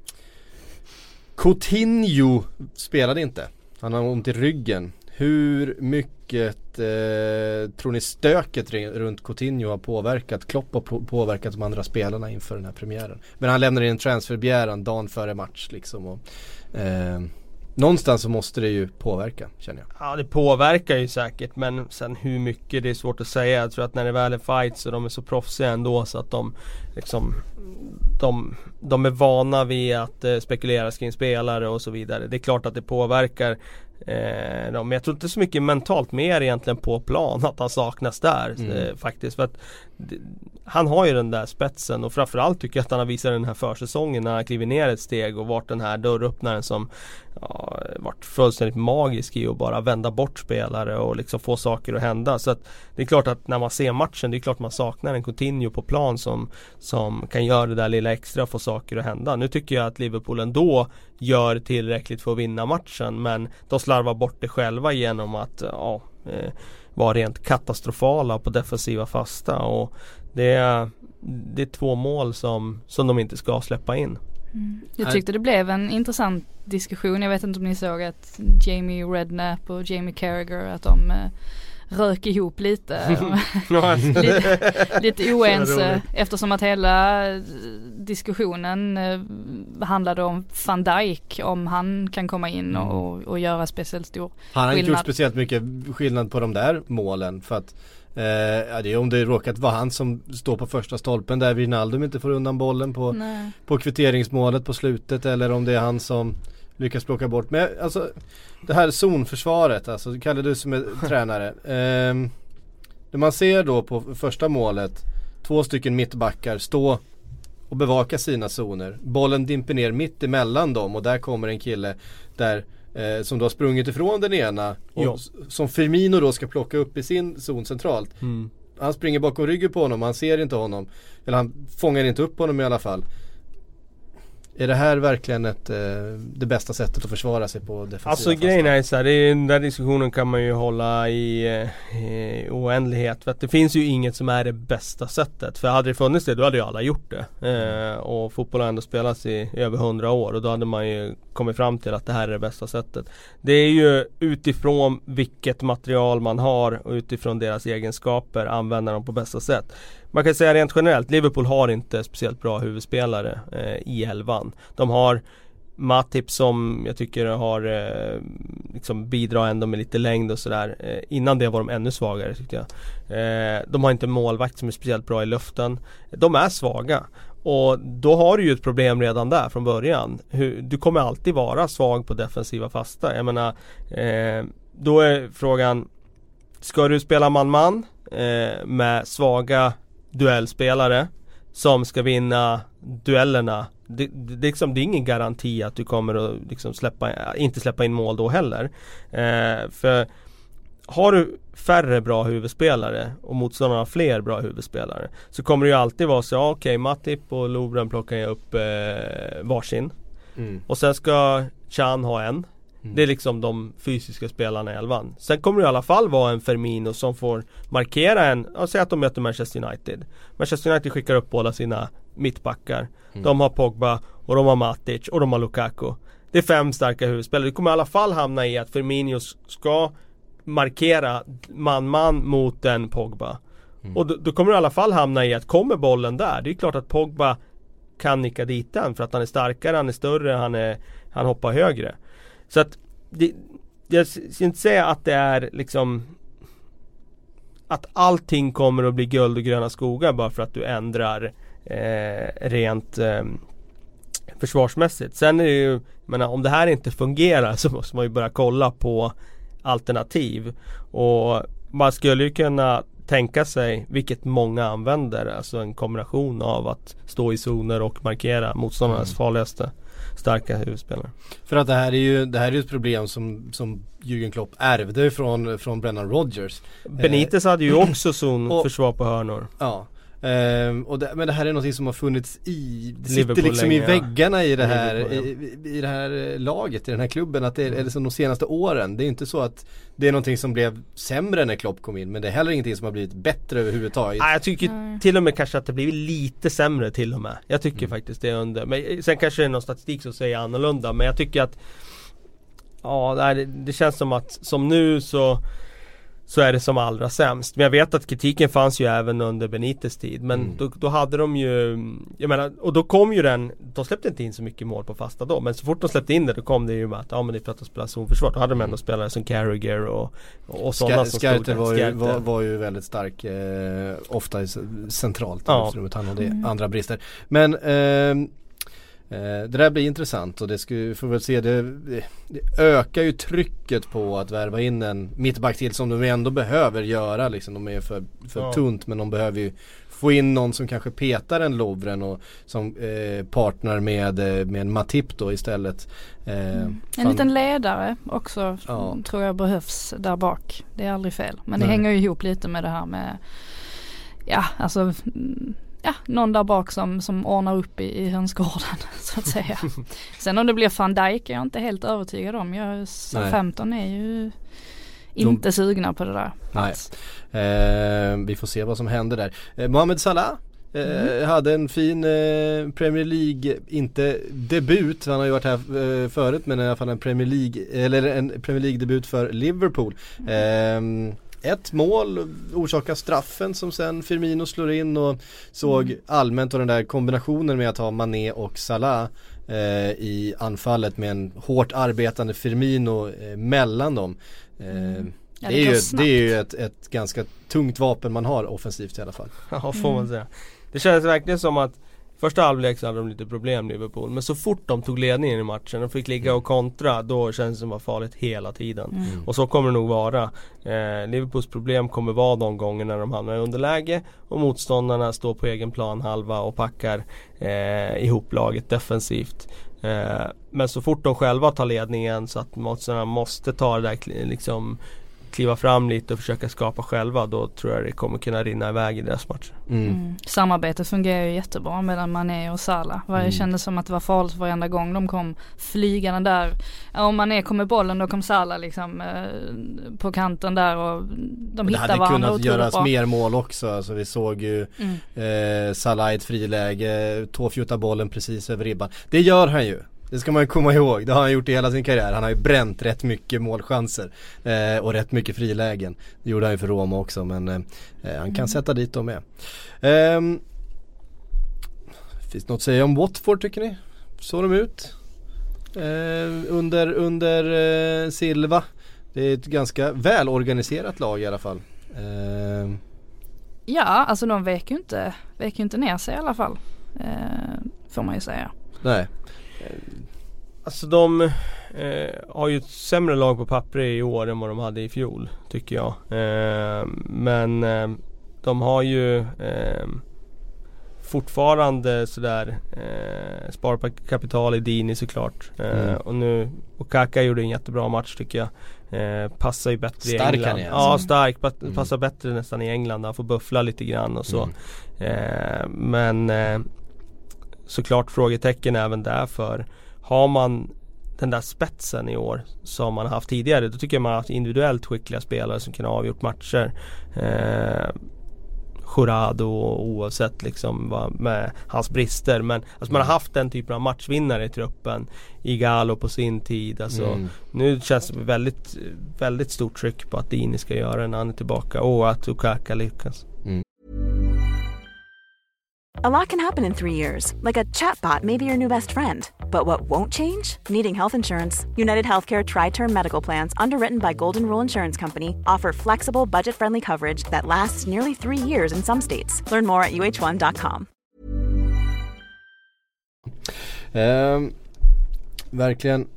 Coutinho spelade inte. Han har ont i ryggen. Hur mycket tror ni stöket runt Coutinho har påverkat Klopp och påverkat de andra spelarna inför den här premiären? Men han lämnar in en transferbegäran dagen före match liksom, och någonstans så måste det ju påverka, känner jag. Ja, det påverkar ju säkert, men sen hur mycket, det är svårt att säga. Jag tror att när det väl är fight så de är så proffsiga ändå så att de liksom de är vana vid att spekulera kring spelare och så vidare. Det är klart att det påverkar men jag tror inte så mycket mentalt mer egentligen på plan att han saknas där faktiskt, för att han har ju den där spetsen, och framförallt tycker jag att han har visat den här försäsongen när han kliver ner ett steg och varit den här dörröppnaren som varit fullständigt magisk i att bara vända bort spelare och liksom få saker att hända. Så att det är klart att när man ser matchen, det är klart man saknar en Coutinho på plan som kan göra det där lilla extra och få saker att hända. Nu tycker jag att Liverpool ändå gör tillräckligt för att vinna matchen, men de slarvar bort det själva genom att vara rent katastrofala på defensiva fasta, och det är 2 mål som de inte ska släppa in. Jag tyckte det blev en intressant diskussion. Jag vet inte om ni såg att Jamie Redknapp och Jamie Carragher, att de rök ihop lite. lite oense, eftersom att hela diskussionen handlade om Van Dijk, om han kan komma in och göra speciellt stor skillnad. Han har inte gjort speciellt mycket skillnad på de där målen, för att det är om det råkat vara han som står på första stolpen där Wijnaldum inte får undan bollen på kvitteringsmålet på slutet, eller om det är han som lyckas plocka bort. Men alltså det här zonförsvaret, alltså Kalle, du som är tränare, när man ser då på första målet 2 stycken mittbackar stå och bevaka sina zoner, bollen dimper ner mitt emellan dem, och där kommer en kille där som då har sprungit ifrån den ena och som Firmino då ska plocka upp i sin zon centralt. Han springer bakom ryggen på honom, han ser inte honom, eller han fångar inte upp honom i alla fall. Är det här verkligen det bästa sättet att försvara sig på defensiva? Alltså grejen är så här, den där diskussionen kan man ju hålla i oändlighet, för att det finns ju inget som är det bästa sättet. För hade det funnits det, då hade ju alla gjort det. Och fotboll har ändå spelats i över 100 år, och då hade man ju kommit fram till att det här är det bästa sättet. Det är ju utifrån vilket material man har och utifrån deras egenskaper använder dem på bästa sätt. Man kan säga rent generellt, Liverpool har inte speciellt bra huvudspelare i elvan. De har Matip som jag tycker har liksom bidrar ändå med lite längd och sådär. Innan det var de ännu svagare, tyckte jag. De har inte målvakt som är speciellt bra i luften. De är svaga. Och då har du ju ett problem redan där från början. Du kommer alltid vara svag på defensiva fasta. Jag menar, då är frågan, ska du spela man-man med svaga duellspelare som ska vinna duellerna? Det är ingen garanti att du kommer att liksom inte släppa in mål då heller. För har du färre bra huvudspelare och motståndarna fler bra huvudspelare, så kommer det ju alltid vara så, okej, Matip och Lovren plockar jag upp varsin. Och sen ska Can ha en. Det är liksom de fysiska spelarna i elvan. Sen kommer det i alla fall vara en Firmino som får markera säg att de möter Manchester United. Manchester United skickar upp båda sina mittbackar. De har Pogba och de har Matic och de har Lukaku. Det är 5 starka huvudspelare. Det kommer i alla fall hamna i att Firmino ska markera man mot en Pogba. Och då kommer det i alla fall hamna i att kommer bollen där, det är klart att Pogba kan nicka dit den, för att han är starkare, han är större, han hoppar högre. Så att jag ska inte säga att det är liksom att allting kommer att bli guld och gröna skogar bara för att du ändrar rent försvarsmässigt. Sen är det ju, om det här inte fungerar, så måste man ju börja kolla på alternativ. Och man skulle ju kunna tänka sig, vilket många använder, alltså en kombination av att stå i zoner och markera motståndarnas farligaste starka huvudspelare. För att det här är ju ett problem som Jürgen Klopp ärvde från Brendan Rodgers. Benitez hade ju också zonförsvar på hörnor. Ja. Men det här är något som har funnits det sitter liksom länge, i väggarna i det här i det här laget, i den här klubben, att det är liksom de senaste åren. Det är inte så att det är någonting som blev sämre när Klopp kom in, men det är heller ingenting som har blivit bättre överhuvudtaget. Jag tycker till och med kanske att det blir lite sämre till och med. Jag tycker faktiskt det är under. Men sen kanske det är någon statistik som säger annorlunda, men jag tycker att det känns som att som nu så är det som allra sämst. Men jag vet att kritiken fanns ju även under Benitez tid. Men då hade de ju, jag menar, och då kom ju de släppte inte in så mycket mål på fasta då. Men så fort de släppte in det, då kom det ju med att men det är för att de spelar zonförsvar. Då hade de ändå spelare som Carragher och sådana som Skerter var ju väldigt stark, ofta centralt. Han hade andra brister. Men det där blir intressant, och det får väl se, det ökar ju trycket på att värva in en mittback till, som de ändå behöver göra liksom. De är för tunt, men de behöver ju få in någon som kanske petar en Lovren och som partner med en Matip då istället. En liten ledare också tror jag behövs där bak. Det är aldrig fel, men det hänger ju ihop lite med det här med någon där bak som ordnar upp i hönsgården så att säga. Sen om det blir Van Dijk är jag inte helt övertygad om. Southampton är ju inte sugna på det där. Nej. Vi får se vad som händer där. Mohamed Salah hade en fin Premier League, inte debut, han har ju varit här förut, men i alla fall en Premier League debut för Liverpool. Ett mål orsakar straffen som sen Firmino slår in, och såg allmänt och den där kombinationen med att ha Mané och Salah i anfallet med en hårt arbetande Firmino mellan dem. Det är ju ett ganska tungt vapen man har offensivt i alla fall. Ja, får man säga. Det känns verkligen som att första halvlek så hade de lite problem Liverpool, men så fort de tog ledningen i matchen och fick ligga och kontra, då känns det som att det var farligt hela tiden. Och så kommer det nog vara. Liverpools problem kommer vara de gånger när de hamnar i underläge och motståndarna står på egen plan halva och packar ihop laget defensivt. Men så fort de själva tar ledningen så att motståndarna måste ta det där, liksom kliva fram lite och försöka skapa själva, då tror jag det kommer kunna rinna iväg i deras match. Samarbetet fungerar ju jättebra mellan Mané och Salah. Det kändes som att det var farligt varenda gång de kom flygande där. Om Mané kom med bollen, då kom Salah liksom på kanten där, och de hittar varandra. Det hade kunnat göras mer mål också. Alltså, vi såg ju Salah i ett friläge tåfjuta bollen precis över ribban. Det gör han ju. Det ska man ju komma ihåg. Det har han gjort i hela sin karriär. Han har ju bränt rätt mycket målchanser och rätt mycket frilägen. Det gjorde han ju för Roma också, men han kan sätta dit dem med. Finns något att säga om Watford, tycker ni? Såg de ut? Under Silva. Det är ett ganska välorganiserat lag i alla fall. Ja, alltså de vek ju inte ner sig i alla fall. Får man ju säga. Nej. Alltså de har ju ett sämre lag på papper i år än vad de hade i fjol, tycker jag. Men de har ju fortfarande sådär sparkapital i Dini såklart. Och Kaka gjorde en jättebra match, tycker jag. Passar ju bättre i England. Ja, stark. Passar bättre nästan i England. Han får buffla lite grann och så. Men såklart frågetecken även där, för har man den där spetsen i år som man har haft tidigare, då tycker jag man har haft individuellt skickliga spelare som kan ha avgjort matcher. Jurado, oavsett liksom med hans brister, men alltså man har haft den typen av matchvinnare i truppen. Igalo på sin tid, alltså nu känns det väldigt, väldigt stort tryck på att Dini ska göra det när han är tillbaka, och att Ukaka lyckas. A lot can happen in 3 years, like a chatbot may be your new best friend. But what won't change? Needing health insurance. United Healthcare Tri-Term Medical Plans, underwritten by Golden Rule Insurance Company, offer flexible, budget-friendly coverage that lasts nearly 3 years in some states. Learn more at uh1.com. Verkligen.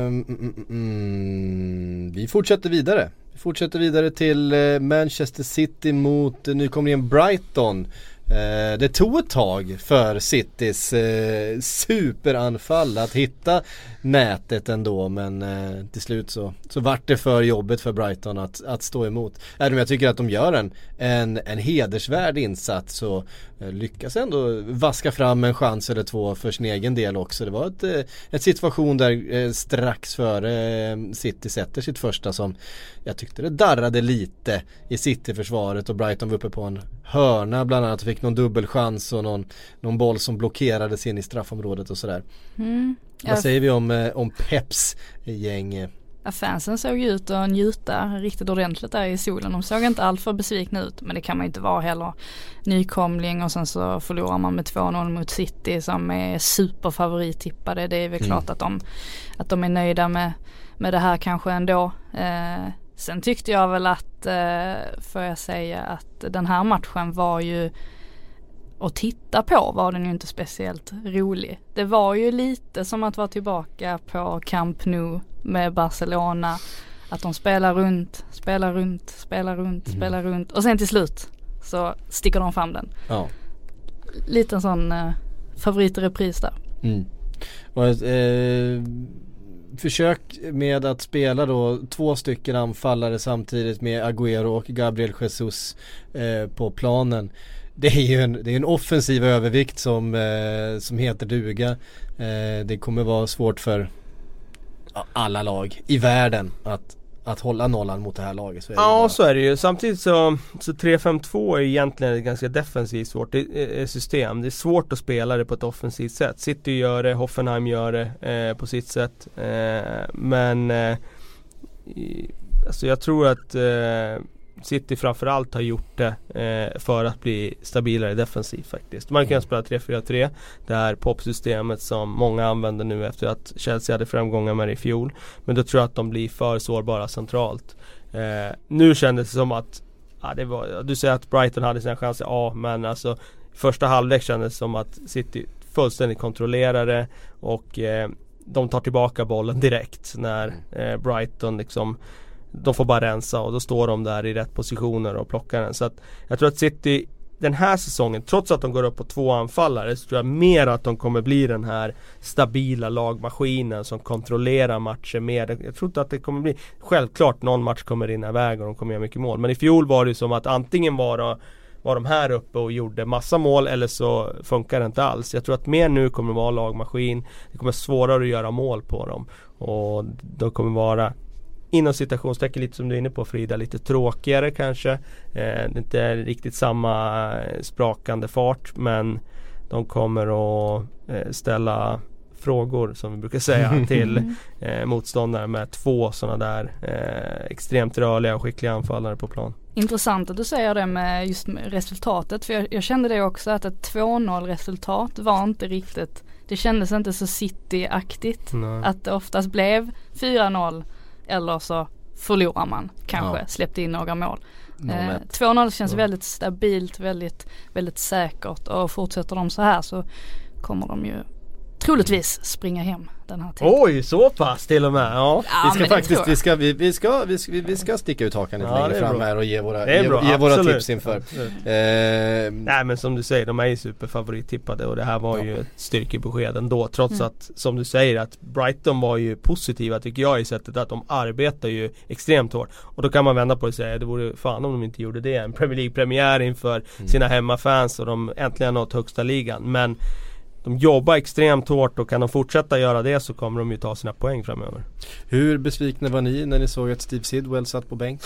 Vi fortsätter vidare. Vi fortsätter vidare till Manchester City mot nykomlingen Brighton. Det tog ett tag för Citys superanfall att hitta nätet ändå, men till slut så vart det för jobbet för Brighton att stå emot. Även om jag tycker att de gör en hedersvärd insats, så lyckas ändå vaska fram en chans eller två för sin egen del också. Det var ett situation där strax före City sätter sitt första, som jag tyckte det darrade lite i City-försvaret, och Brighton var uppe på en hörna bland annat och fick någon dubbelchans och någon boll som blockerades in i straffområdet och sådär. Vad säger vi om Peps gäng? Ja, fansen såg ut att njuta riktigt ordentligt där i solen. De såg inte allt för besvikna ut, men det kan man inte vara heller. Nykomling, och sen så förlorar man med 2-0 mot City som är superfavorittippade. Det är väl klart att de är nöjda med det här kanske ändå. Sen tyckte jag väl att, får jag säga, att den här matchen var ju, att titta på var den ju inte speciellt rolig. Det var ju lite som att vara tillbaka på Camp Nou med Barcelona. Att de spelar runt och sen till slut så sticker de fram den. Ja. Lite en sån favoritrepris där. Försök med att spela då 2 stycken anfallare samtidigt med Agüero och Gabriel Jesus på planen. det är en offensiv övervikt som heter duga. Det kommer vara svårt för alla lag i världen att hålla nollan mot det här laget. Så är det ju. Samtidigt så 3-5-2 är egentligen ett ganska defensivt svårt system. Det är svårt att spela det på ett offensivt sätt. City gör det, Hoffenheim gör det på sitt sätt. Men alltså jag tror att City framförallt har gjort det för att bli stabilare defensivt faktiskt. Man kan spela 3-4-3, det här popsystemet som många använder nu efter att Chelsea hade framgångar med det i fjol. Men då tror jag att de blir för sårbara centralt. Nu kändes det som att du säger att Brighton hade sina chanser, men alltså första halvlek kändes det som att City fullständigt kontrollerade och de tar tillbaka bollen direkt när Brighton liksom, de får bara rensa och då står de där i rätt positioner och plockar den. Så att jag tror att City den här säsongen, trots att de går upp på 2 anfallare, så tror jag mer att de kommer bli den här stabila lagmaskinen som kontrollerar matcher mer. Jag tror inte att det kommer bli, självklart någon match kommer rinna iväg och de kommer göra mycket mål. Men i fjol var det som att antingen var de här uppe och gjorde massa mål eller så funkar det inte alls. Jag tror att mer nu kommer vara lagmaskin. Det kommer svårare att göra mål på dem. Och de kommer vara inom citationstecken lite som du är inne på, Frida, lite tråkigare kanske. Inte riktigt samma sprakande fart, men de kommer att ställa frågor, som vi brukar säga, till motståndare med 2 sådana där extremt rörliga och skickliga anfallare på plan. Intressant att du säger det med just med resultatet, för jag kände det också, att ett 2-0 resultat var inte riktigt, det kändes inte så City-aktigt. Nej. Att det oftast blev 4-0 eller så förlorar man kanske, släppte in några mål. 2-0 känns väldigt stabilt, väldigt, väldigt säkert, och fortsätter de så här så kommer de ju troligtvis springa hem den här tiden. Oj, så pass till och med. Ja. Vi ska faktiskt vi ska sticka ut hakan lite längre fram här och ge våra tips inför. Nej, men som du säger, de är ju superfavorittippade och det här var ju ett styrkebesked ändå, trots att, som du säger, att Brighton var ju positiva, tycker jag, i sättet att de arbetar ju extremt hårt. Och då kan man vända på det och säga, det vore fan om de inte gjorde det. En Premier League-premiär inför sina hemmafans och de äntligen nått högsta ligan. Men de jobbar extremt hårt, och kan de fortsätta göra det så kommer de ju ta sina poäng framöver. Hur besvikna var ni när ni såg att Steve Sidwell satt på bänk?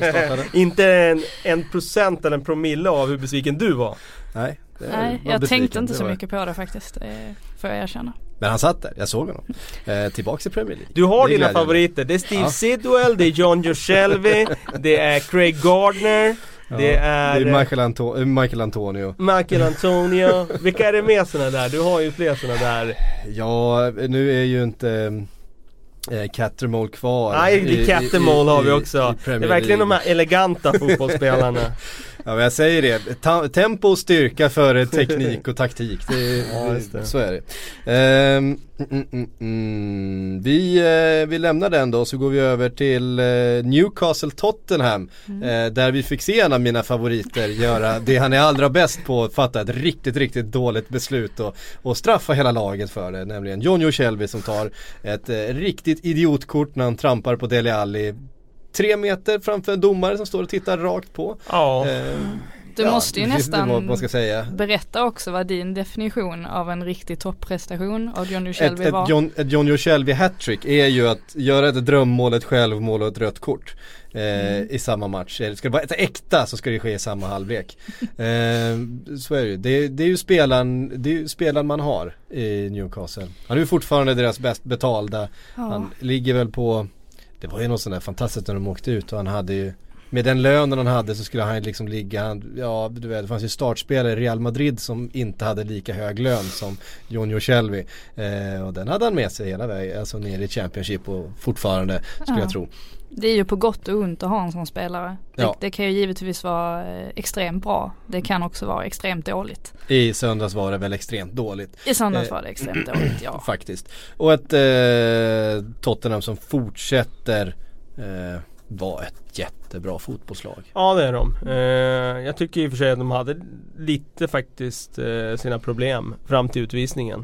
Inte en procent eller en promille av hur besviken du var. Nej, jag tänkte inte så mycket på det faktiskt, det får jag erkänna. Men han satt där, jag såg honom. Tillbaks i Premier League. Du har dina favoriter, det är Steve Sidwell, det är Jonjo Shelvey, det är Craig Gardner. Det är Michael Antonio. Vilka är det med såna där? Du har ju fler såna där. Ja, nu är ju inte Cattermole kvar. Nej, det Cattermole har vi också. Det är verkligen de här eleganta fotbollsspelarna. Ja, men jag säger det. Tempo och styrka före teknik och taktik. Så är det. Vi lämnar den då, så går vi över till Newcastle Tottenham. Där vi fick se en av mina favoriter göra det han är allra bäst på, att fatta ett riktigt, riktigt dåligt beslut och straffa hela laget för det. Nämligen Jonjo Shelvey som tar ett riktigt idiotkort när han trampar på Dele Alli 3 meter framför en domare som står och tittar rakt på. Du måste ju nästan berätta också vad din definition av en riktig topprestation av Jonjo Shelvey var. Ett Jonjo Shelvey hattrick är ju att göra ett drömmål, ett självmål och ett rött kort i samma match. Ska det vara ett äkta så ska det ske i samma halvlek. Så är det. Det är ju spelaren man har i Newcastle. Han är ju fortfarande deras bäst betalda. Han ligger väl på, det var ju något sån där fantastiskt när de åkte ut, och han hade ju, med den lönen han hade så skulle han liksom ligga, du vet, det fanns ju startspelare i Real Madrid som inte hade lika hög lön som Jonjo Shelvey, och den hade han med sig hela vägen, alltså ner i Championship, och fortfarande skulle jag tro. Det är ju på gott och ont att ha en sån spelare. Det kan ju givetvis vara extremt bra. Det kan också vara extremt dåligt. I söndags var det väl extremt dåligt. I söndags var det extremt dåligt, ja. Faktiskt. Och ett Tottenham som fortsätter var ett jättebra fotbollslag. Ja, det är de. Jag tycker i och för sig att de hade lite faktiskt sina problem fram till utvisningen.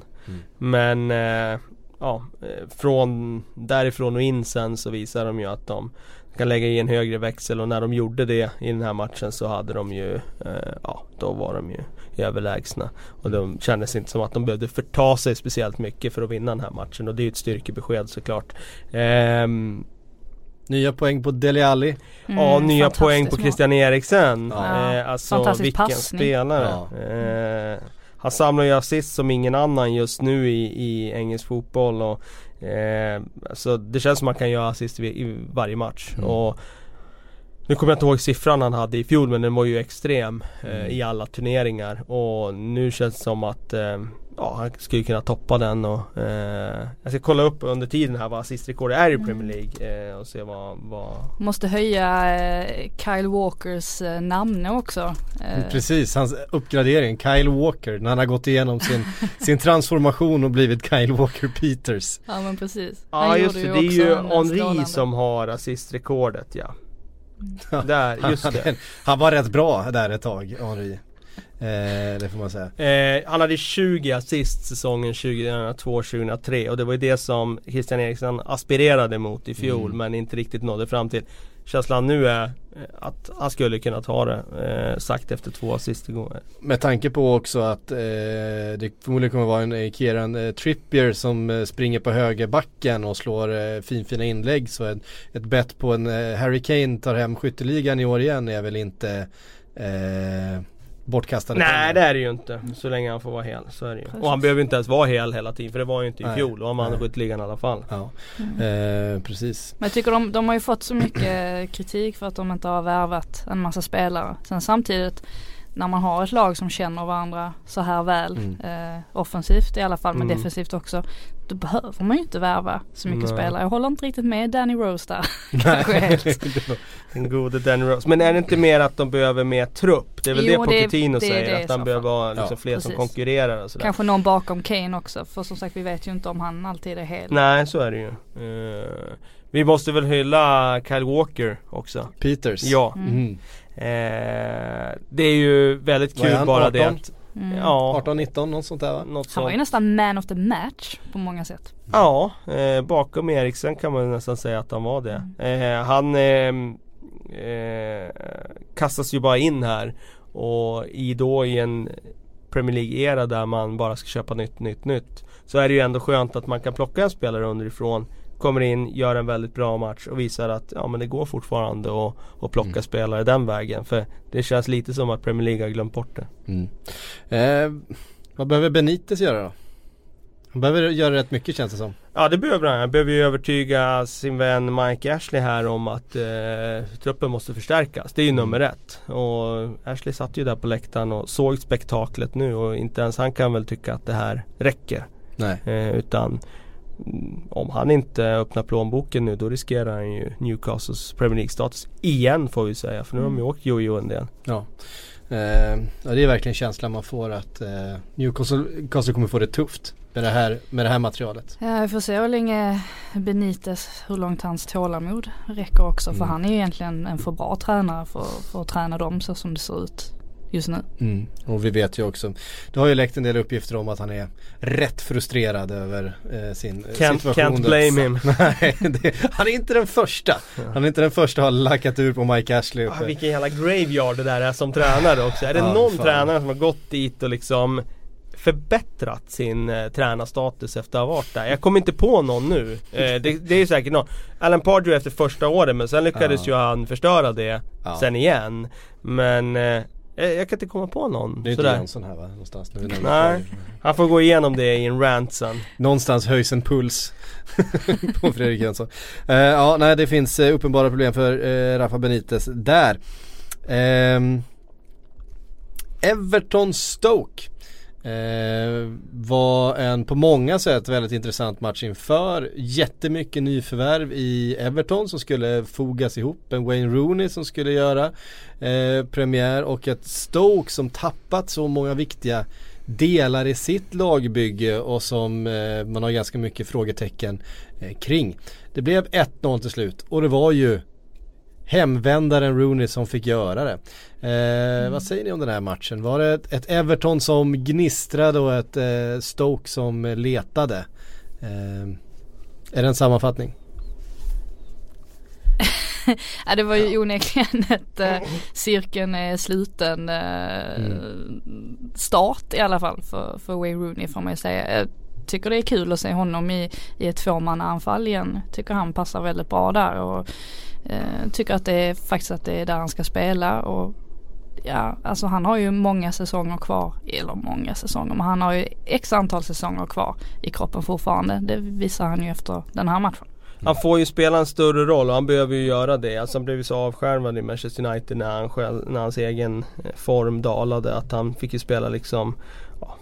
Men från därifrån och in sen så visar de ju att kan lägga i en högre växel, och när de gjorde det i den här matchen så hade de ju då var de ju överlägsna, och de kändes inte som att de behövde förta sig speciellt mycket för att vinna den här matchen, och det är ju ett styrkebesked såklart. Nya poäng på Dele Alli. Ja, nya poäng på Christian Eriksen. Alltså vilken passning. spelare. Han samlar ju assist som ingen annan just nu i engelsk fotboll, och så det känns som man kan göra assist i varje match. Och nu kommer jag inte ihåg siffran han hade i fjol, men den var ju extrem i alla turneringar, och nu känns det som att han skulle kunna toppa den, och jag ska kolla upp under tiden här vad assistrekordet är i Premier League och se vad... Måste höja Kyle Walkers namn också. Precis, hans uppgradering, Kyle Walker, när han har gått igenom sin transformation och blivit Kyle Walker Peters. Ja, men precis. Ja, just det, det är ju Henry som har assistrekordet, Där, just det. Han var rätt bra där ett tag, Henry. Det får man säga. Han hade 20 assist säsongen 2002-2003, och det var ju det som Christian Eriksen aspirerade mot i fjol, men inte riktigt nådde fram till. Känslan nu är att han skulle kunna ta det, sagt efter 2 assist igår. Med tanke på också att det förmodligen kommer vara en Kieran Trippier som springer på högerbacken och slår fina inlägg, så ett bett på en Harry Kane tar hem skytteligan i år igen är väl inte bortkastade. Nej, det är det ju inte. Så länge han får vara hel, så är det ju. Och han behöver inte ens vara hel hela tiden, för det var ju inte i fjol, och han hade skytteligan i alla fall. Ja. Precis. Men jag tycker de har ju fått så mycket kritik för att de inte har värvat en massa spelare. Sen samtidigt, när man har ett lag som känner varandra så här väl, offensivt i alla fall, men defensivt också, då behöver man ju inte värva så mycket spelare. Jag håller inte riktigt med Danny Rose där. En gode Danny Rose. Men är det inte mer att de behöver mer trupp? Det är väl det Pochettino säger, att han behöver vara liksom fler som konkurrerar och sådär. Kanske någon bakom Kane också, för som sagt vi vet ju inte om han alltid är hel. Nej, så är det ju. Vi måste väl hylla Kyle Walker också. Peters. Ja. Det är ju väldigt kul bara 18? Det att 18-19, något sånt där, va? Han var ju nästan man of the match på många sätt. Ja, bakom Eriksen kan man nästan säga att han var det. Han kastas ju bara in här, och i en Premier League-era där man bara ska köpa nytt, så är det ju ändå skönt att man kan plocka en spelare underifrån, kommer in, gör en väldigt bra match och visar att men det går fortfarande att plocka spelare den vägen, för det känns lite som att Premier League har glömt bort det. Vad behöver Benitez göra då? Han behöver göra rätt mycket, känns det som. Ja, det behöver han. Han behöver ju övertyga sin vän Mike Ashley här om att truppen måste förstärkas. Det är ju nummer 1. Och Ashley satt ju där på läktaren och såg spektaklet nu, och inte ens han kan väl tycka att det här räcker. Nej. Utan om han inte öppnar plånboken nu, då riskerar han ju Newcastles Premier League-status igen, får vi säga. För nu har de ju åkt jojo en del. Ja. Det är verkligen känslan man får att Newcastle kommer få det tufft med det här materialet. Ja, vi får se hur länge Benitez, hur långt hans tålamod räcker också. För han är ju egentligen en för bra tränare för att träna dem så som det ser ut just nu. Och vi vet ju också, det har ju läckt en del uppgifter om att han är rätt frustrerad över sin situation. Can't blame him. Nej, han är inte den första. Han är inte den första att ha lackat ur på Mike Ashley. Vilken jävla graveyard det där är som tränare också. Är det någon tränare som har gått dit och liksom förbättrat sin tränarstatus efter att ha varit där? Jag kommer inte på någon nu. Det är säkert någon. Alan Pardew efter första året, men sen lyckades ju han förstöra det sen igen. Men jag kan inte komma på någon. Det är inte en sån här, va? Någonstans. Nej, han får gå igenom det i en rant sen. Någonstans höjs en puls på Fredrik Jönsson. Det finns uppenbara problem för Rafa Benitez där. Everton Stoke var en på många sätt väldigt intressant match inför. Jättemycket nyförvärv i Everton som skulle fogas ihop. En Wayne Rooney som skulle göra premiär, och ett Stoke som tappat så många viktiga delar i sitt lagbygge och som man har ganska mycket frågetecken kring. Det blev 1-0 till slut, och det var ju hemvändaren Rooney som fick göra det. Vad säger ni om den här matchen? Var det ett Everton som gnistrade och ett Stoke som letade? Är det en sammanfattning? Ja, det var ju onekligen ett cirkeln är sluten start i alla fall för Wayne Rooney, får man ju säga. Jag tycker det är kul att se honom i ett tvåmannaanfall igen. Tycker han passar väldigt bra där och tycker att det är där han ska spela. Och ja, alltså han har ju många säsonger kvar, men han har ju x antal säsonger kvar i kroppen fortfarande. Det visar han ju efter den här matchen. Han får ju spela en större roll och han behöver ju göra det. Alltså han blev ju så avskärmad i Manchester United när hans egen form dalade, att han fick ju spela liksom, ja,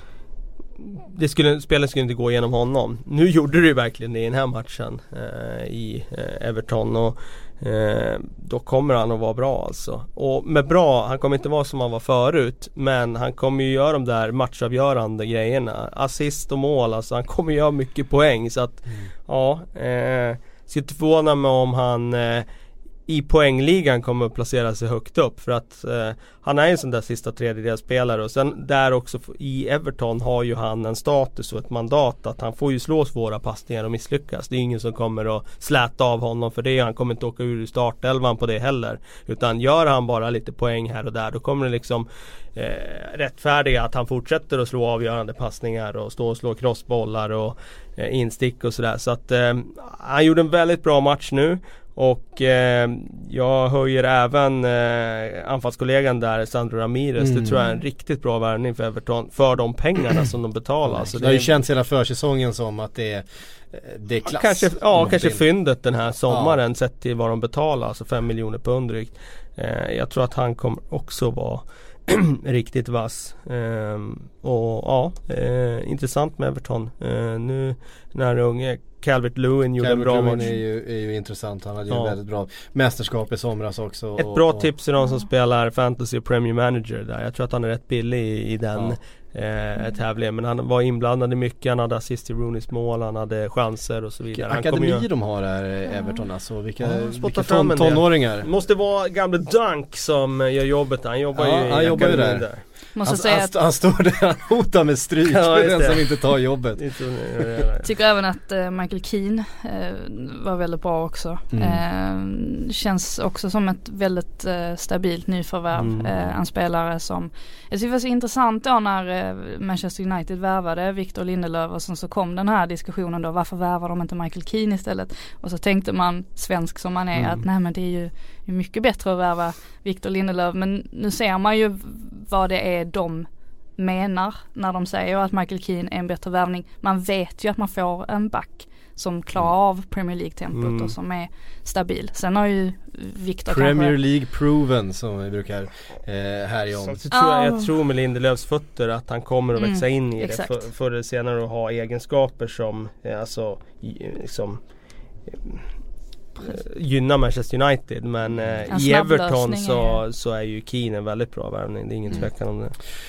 spelet skulle inte gå igenom honom. Nu gjorde det ju verkligen det i den här matchen i Everton, och då kommer han att vara bra alltså. Och med bra, han kommer inte vara som han var förut, men han kommer ju göra de där matchavgörande grejerna, assist och mål, alltså han kommer göra mycket poäng, så att ska inte förvåna mig om han i poängligan kommer att placera sig högt upp, för att han är en sån där sista tredjedelsspelare, och sen där också i Everton har ju han en status och ett mandat att han får ju slå svåra passningar och misslyckas. Det är ingen som kommer att släta av honom för det, han kommer inte åka ur startelvan på det heller, utan gör han bara lite poäng här och där, då kommer det liksom rättfärdiga att han fortsätter att slå avgörande passningar och stå och slå crossbollar och instick och sådär. Så att han gjorde en väldigt bra match nu. Och jag höjer även anfallskollegan där, Sandro Ramirez. Det tror jag är en riktigt bra värvning för Everton för de pengarna som de betalar. Så det har ju känts hela försäsongen som att det är klass. Kanske fyndet den här sommaren sett till vad de betalar, alltså 5 miljoner pund drygt. Jag tror att han kommer också vara riktigt vass. Intressant med Everton. Nu när unge Calvert-Lewin gjorde en bra match. är ju intressant. Han hade ju väldigt bra mästerskap i somras också. Ett bra tips till de som spelar Fantasy och Premier Manager där. Jag tror att han är rätt billig i den tävlingen. Men han var inblandad i mycket. Han hade assist i Rooneys mål. Han hade chanser och så vidare. Akademi de har här, Everton alltså. Vilka tonåringar. Det måste vara gamle Dunk som gör jobbet. Han jobbar ju där. Han står där, han hotar med stryk för den som inte tar jobbet. Tycker även att Michael Keane var väldigt bra också. Känns också som ett väldigt stabilt nyförvärv. En spelare som jag tycker det var så intressant då när Manchester United värvade Victor Lindelöf, och så kom den här diskussionen då, varför värvar de inte Michael Keane istället? Och så tänkte man, svensk som man är, att nej, men det är ju mycket bättre att värva Victor Lindelöf. Men nu ser man ju vad det är de menar när de säger att Michael Keane är en bättre värvning. Man vet ju att man får en back som klarar av Premier League-tempot och som är stabil. Sen har ju Victor Premier League proven, som vi brukar härja om. Jag tror med Lindelöfs fötter att han kommer att växa in i det förr eller senare och ha egenskaper som liksom gynnar Manchester United, men i Everton så är ju Keane en väldigt bra värvning, det är ingen tvekan om det.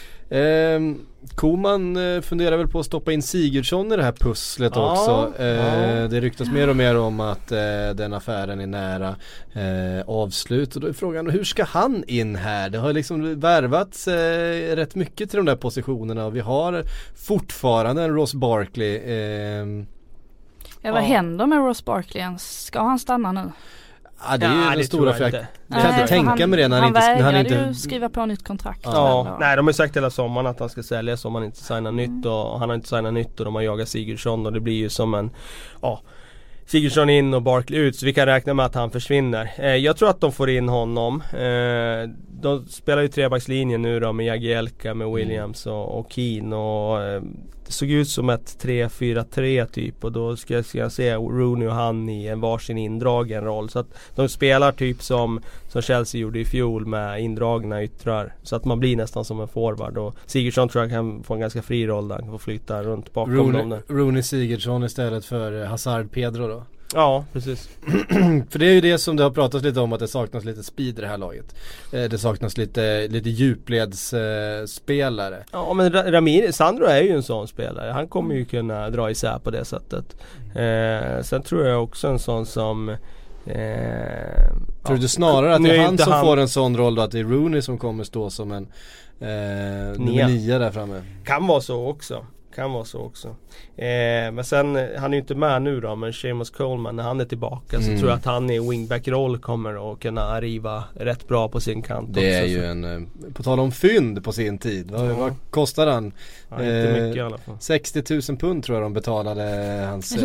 Koman funderar väl på att stoppa in Sigurdsson i det här pusslet också. Det ryktas mer och mer om att den affären är nära avslut, och då är frågan, hur ska han in här? Det har liksom värvats rätt mycket till de där positionerna, och vi har fortfarande en Ross Barkley. Vad händer med Ross Barkley? Ska han stanna nu? Ja, det är ju den stora frågan. Jag kan inte tänka mig det när han inte ju skriva på nytt kontrakt. Nej, de har ju sagt hela sommaren att han ska säljas om han inte signar nytt, och han har inte signat nytt, och de har jagat Sigurdsson, och det blir ju som en Sigurdsson in och Barkley ut, så vi kan räkna med att han försvinner. Jag tror att de får in honom. De spelar ju trebackslinjen nu då med Jagielka, med Williams och Keane, och det såg ut som ett 3-4-3 typ, och då ska jag se Rooney och han i en varsin indragen roll, så att de spelar typ som Chelsea gjorde i fjol med indragna yttrar, så att man blir nästan som en forward, och Sigurdsson tror jag kan få en ganska fri roll där, han får flytta runt bakom dem där. Rooney Sigurdsson istället för Hazard Pedro då. Ja, precis. För det är ju det som det har pratats lite om, att det saknas lite speed i det här laget. Det saknas lite djupledsspelare. Ja, men Ramirez, Sandro är ju en sån spelare. Han kommer ju kunna dra isär på det sättet. Sen tror jag också en sån som tror du snarare att det är han som får en sån roll då, att det är Rooney som kommer stå som en nummer 9 där framme? Kan vara så också. kan vara så också. Men sen, han är ju inte med nu då, men Seamus Coleman, när han är tillbaka så tror jag att han i wingback-roll kommer att kunna riva rätt bra på sin kant. Det också, är ju en, på tal om fynd på sin tid, vad kostar han? Ja, inte mycket i alla fall. 60 000 pund tror jag de betalade hans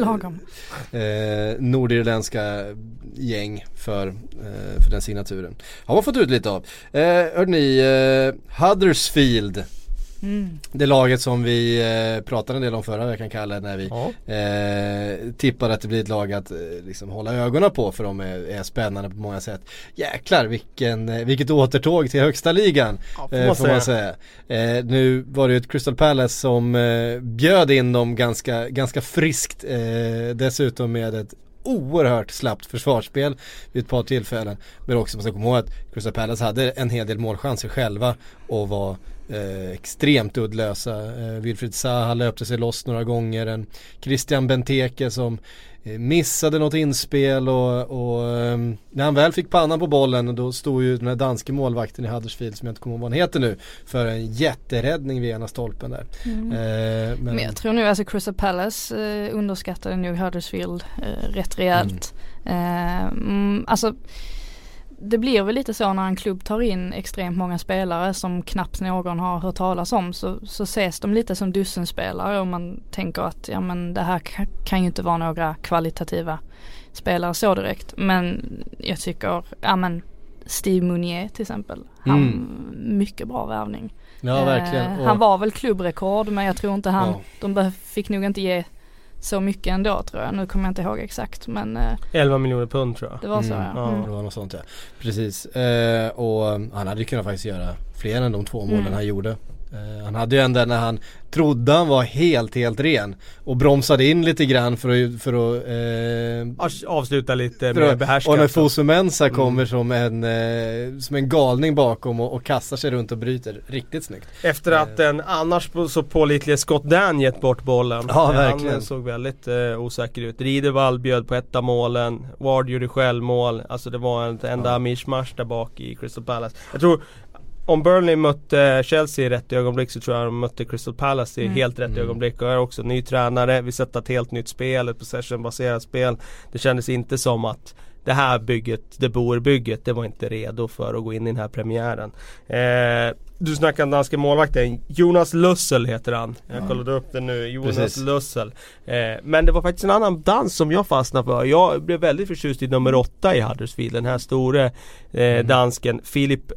nordirländska gäng för den signaturen. Har man fått ut lite av. Hörde ni, Huddersfield, det laget som vi pratade en del om förra veckan, Kalle, när vi tippade att det blir ett lag att liksom hålla ögonen på, för de är spännande på många sätt. Jäklar vilket återtåg till högsta ligan, får man säga. Nu var det ju ett Crystal Palace som bjöd in dem ganska friskt, dessutom med ett oerhört slappt försvarsspel vid ett par tillfällen, men också man ska komma ihåg att Crystal Palace hade en hel del målchanser själva och var extremt uddlösa. Wilfried Zaha löpte sig loss några gånger, en Christian Benteke som missade något inspel och när han väl fick pannan på bollen, då stod ju den här danske målvakten i Huddersfield, som jag inte kommer ihåg vad han heter nu, för en jätteräddning vid ena stolpen där. Men jag tror nu alltså Crystal Palace underskattade nog Huddersfield rätt rejält. Alltså det blir väl lite så när en klubb tar in extremt många spelare som knappt någon har hört talas om, så ses de lite som dussinspelare, och man tänker att ja, men det här kan ju inte vara några kvalitativa spelare så direkt. Men jag tycker, ja men Steve Mounier till exempel, han mycket bra värvning. Ja, verkligen. Han var väl klubbrekord, men jag tror inte de fick nog inte ge så mycket ändå, tror jag. Nu kommer jag inte ihåg exakt, men 11 miljoner pund tror jag. Det var så, det var något sånt, ja. Precis. Och han hade ju kunnat faktiskt göra fler än de 2 målen han gjorde. Han hade ju ändå, när han trodde han var helt ren och bromsade in lite grann för att avsluta lite med behärskat. Och när Fosu Mensah kommer som en galning bakom och kastar sig runt och bryter riktigt snyggt. Efter att den annars så pålitliga Scott Dan gett bort bollen. Ja, verkligen. Han såg väldigt osäker ut. Riedewald bjöd på ett av målen, Ward gjorde självmål. Alltså det var en enda mishmash där bak i Crystal Palace. Jag tror om Burnley mötte Chelsea i rätt ögonblick, så tror jag de mötte Crystal Palace i helt rätt ögonblick. Och är också ny tränare, vi sätter ett helt nytt spel, ett possession-baserat spel. Det kändes inte som att det här bygget, det Boer-bygget, det var inte redo för att gå in i den här premiären. Du snackade om danska målvakten, Jonas Lussel heter han. Jag kollade upp det nu, Jonas Lussel. Men det var faktiskt en annan dans som jag fastnade för. Jag blev väldigt förtjust i nummer 8 i Huddersfield, den här store dansken Philip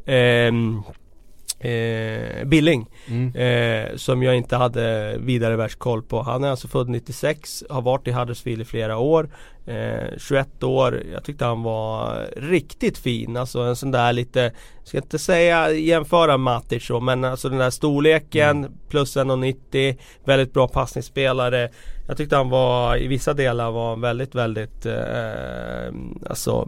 Billing, som jag inte hade vidare världskoll på. Han är alltså född 96, har varit i Huddersfield i flera år, 21 år. Jag tyckte han var riktigt fin, alltså en sån där lite, ska inte säga jämföra Matic så, men alltså den där storleken plus 1,90, väldigt bra passningsspelare. Jag tyckte han var, i vissa delar var väldigt alltså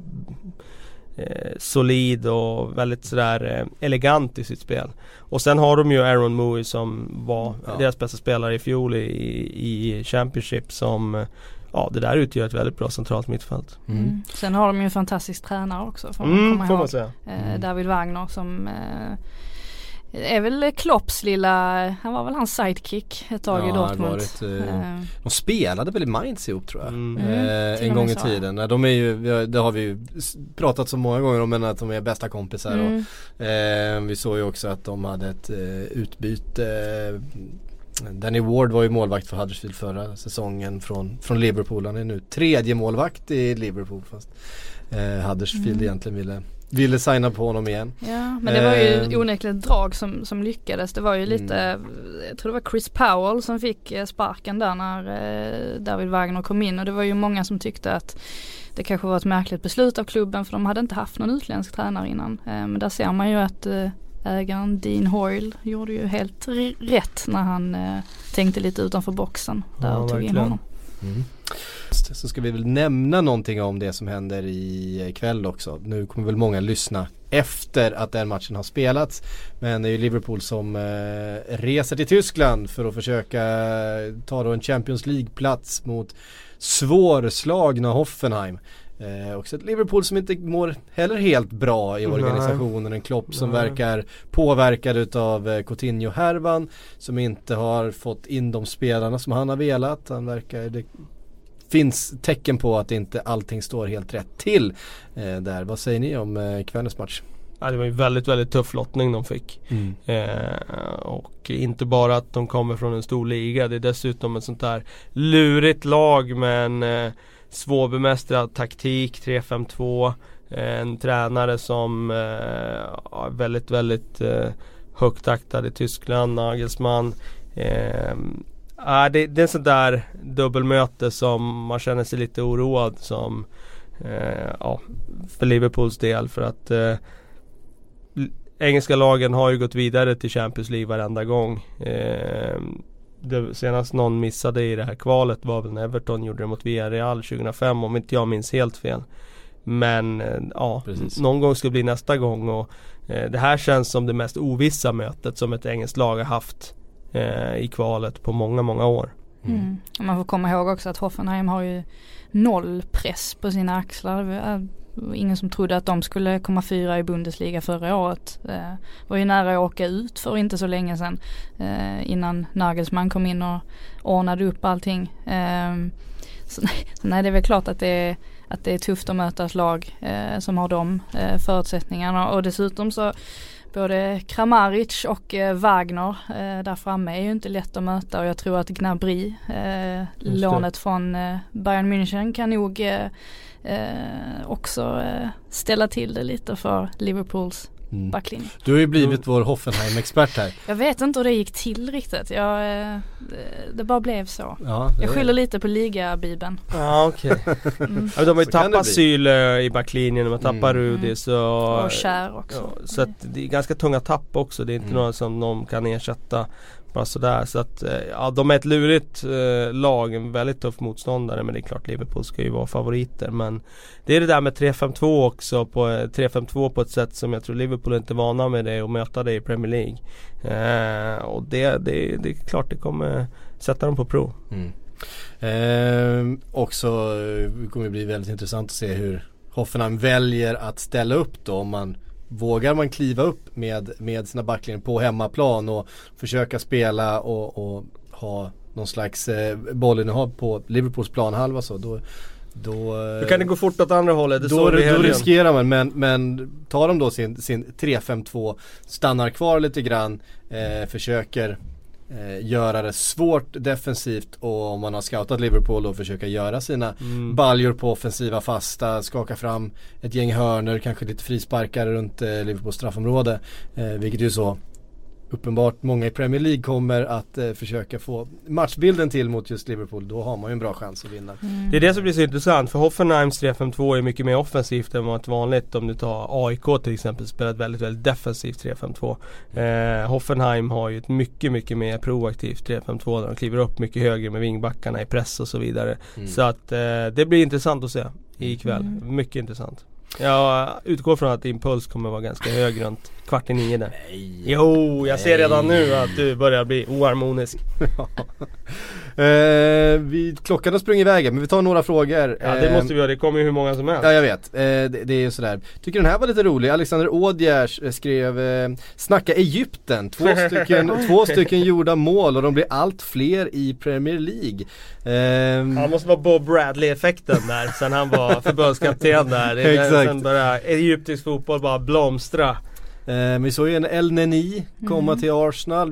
solid och väldigt sådär elegant i sitt spel. Och sen har de ju Aaron Mooy som var deras bästa spelare i fjol i Championship, som det där utgör ett väldigt bra centralt mittfält. Sen har de ju en fantastisk tränare också, får man säga. David Wagner som är väl Klopps han var väl hans sidekick ett tag i Dortmund. De spelade väl i Mainz ihop, tror jag. En gång i tiden. De är ju, det har vi ju pratat så många gånger om, men att de är bästa kompisar. Och, vi såg ju också att de hade ett utbyte. Danny Ward var ju målvakt för Huddersfield förra säsongen från Liverpool. Han är nu 3:e målvakt i Liverpool, fast Huddersfield egentligen ville signa på honom igen. Ja, men det var ju onekligen ett drag som lyckades. Det var ju lite, jag tror det var Chris Powell som fick sparken där när David Wagner kom in, och det var ju många som tyckte att det kanske var ett märkligt beslut av klubben, för de hade inte haft någon utländsk tränare innan. Men där ser man ju att ägaren Dean Hoyle gjorde ju helt rätt när han tänkte lite utanför boxen där och tog in honom. Så ska vi väl nämna någonting om det som händer i kväll också. Nu kommer väl många lyssna efter att den matchen har spelats, men det är ju Liverpool som reser till Tyskland för att försöka ta då en Champions League-plats mot svårslagna Hoffenheim. Också ett Liverpool som inte mår heller helt bra i organisationen. En Klopp som verkar påverkad utav Coutinho-härvan, som inte har fått in de spelarna som han har velat. Det finns tecken på att inte allting står helt rätt till där. Vad säger ni om kvällens match? Ja, det var ju väldigt, väldigt tuff lottning de fick. Och inte bara att de kommer från en stor liga, det är dessutom ett sånt där lurigt lag med en svårbemästrad taktik, 3-5-2, en tränare som är väldigt, väldigt högt aktad i Tyskland, Nagelsmann. Det är en sån där dubbelmöte som man känner sig lite oroad som för Liverpools del, för att engelska lagen har ju gått vidare till Champions League varenda gång. Det senast någon missade i det här kvalet var väl när Everton gjorde det mot Villarreal 2005, om inte jag minns helt fel. Men någon gång ska det bli nästa gång, och det här känns som det mest ovissa mötet som ett engelskt lag har haft i kvalet på många, många år. Man får komma ihåg också att Hoffenheim har ju 0 press på sina axlar. Ingen som trodde att de skulle komma 4 i Bundesliga förra året. Var ju nära att åka ut för inte så länge sedan, innan Nagelsmann kom in och ordnade upp allting. Så nej, det är väl klart att det är tufft att möta ett lag som har de förutsättningarna, och dessutom så både Kramaric och Wagner där framme är ju inte lätt att möta, och jag tror att Gnabry, lånet från Bayern München, kan nog också ställa till det lite för Liverpools backlinje. Du har ju blivit vår Hoffenheim-expert här. Jag vet inte hur det gick till riktigt. Det bara blev så. Ja, jag skyller lite på ligabibeln. Ja, okej. De har ju tappat Syl i backlinjen, de har tappat Rudis och Kär också. Ja, så att det är ganska tunga tapp också. Det är inte något som de kan ersätta bara sådär. Så att de är ett lurigt lag, en väldigt tuff motståndare, men det är klart Liverpool ska ju vara favoriter. Men det är det där med 3-5-2 också, på 3-5-2 på ett sätt som jag tror Liverpool inte är vana med det, och möta det i Premier League. Och det är klart det kommer sätta dem på prov. Också kommer det bli väldigt intressant att se hur Hoffenheim väljer att ställa upp då, om vågar man kliva upp med sina backlinjer på hemmaplan och försöka spela och ha någon slags bollinnehav på Liverpools planhalva, så då kan det gå fort åt andra hållet. Då riskerar man, men tar de då sin 3-5-2, stannar kvar lite grann, försöker göra det svårt defensivt, och om man har scoutat Liverpool och försöka göra sina baljor på offensiva fasta, skaka fram ett gäng hörner, kanske lite frisparkar runt Liverpools straffområde, vilket ju så uppenbart många i Premier League kommer att försöka få matchbilden till mot just Liverpool. Då har man ju en bra chans att vinna. Det är det som blir så intressant, för Hoffenheims 3-5-2 är mycket mer offensivt än vad vanligt. Om du tar AIK till exempel, spelar ett väldigt, väldigt defensivt 3-5-2. Hoffenheim har ju ett mycket, mycket mer proaktivt 3-5-2 där de kliver upp mycket högre med vingbackarna i press och så vidare. Så att det blir intressant att se ikväll. Mycket intressant. Jag utgår från att impuls kommer vara ganska hög runt 8:45 där. Jo, jag ser redan nu att du börjar bli oharmonisk. Klockan har sprungit iväg, men vi tar några frågor. Ja, det måste vi göra, det kommer ju hur många som helst. Ja, jag vet. Det är ju sådär. Tycker den här var lite rolig. Alexander Ådjärs skrev snacka Egypten. Två stycken gjorda mål, och de blir allt fler i Premier League. Han måste vara Bob Bradley-effekten där, sen han var förbundskapten där. Exakt. Sen började egyptisk fotboll bara blomstra. Vi såg ju en El Neni komma till Arsenal.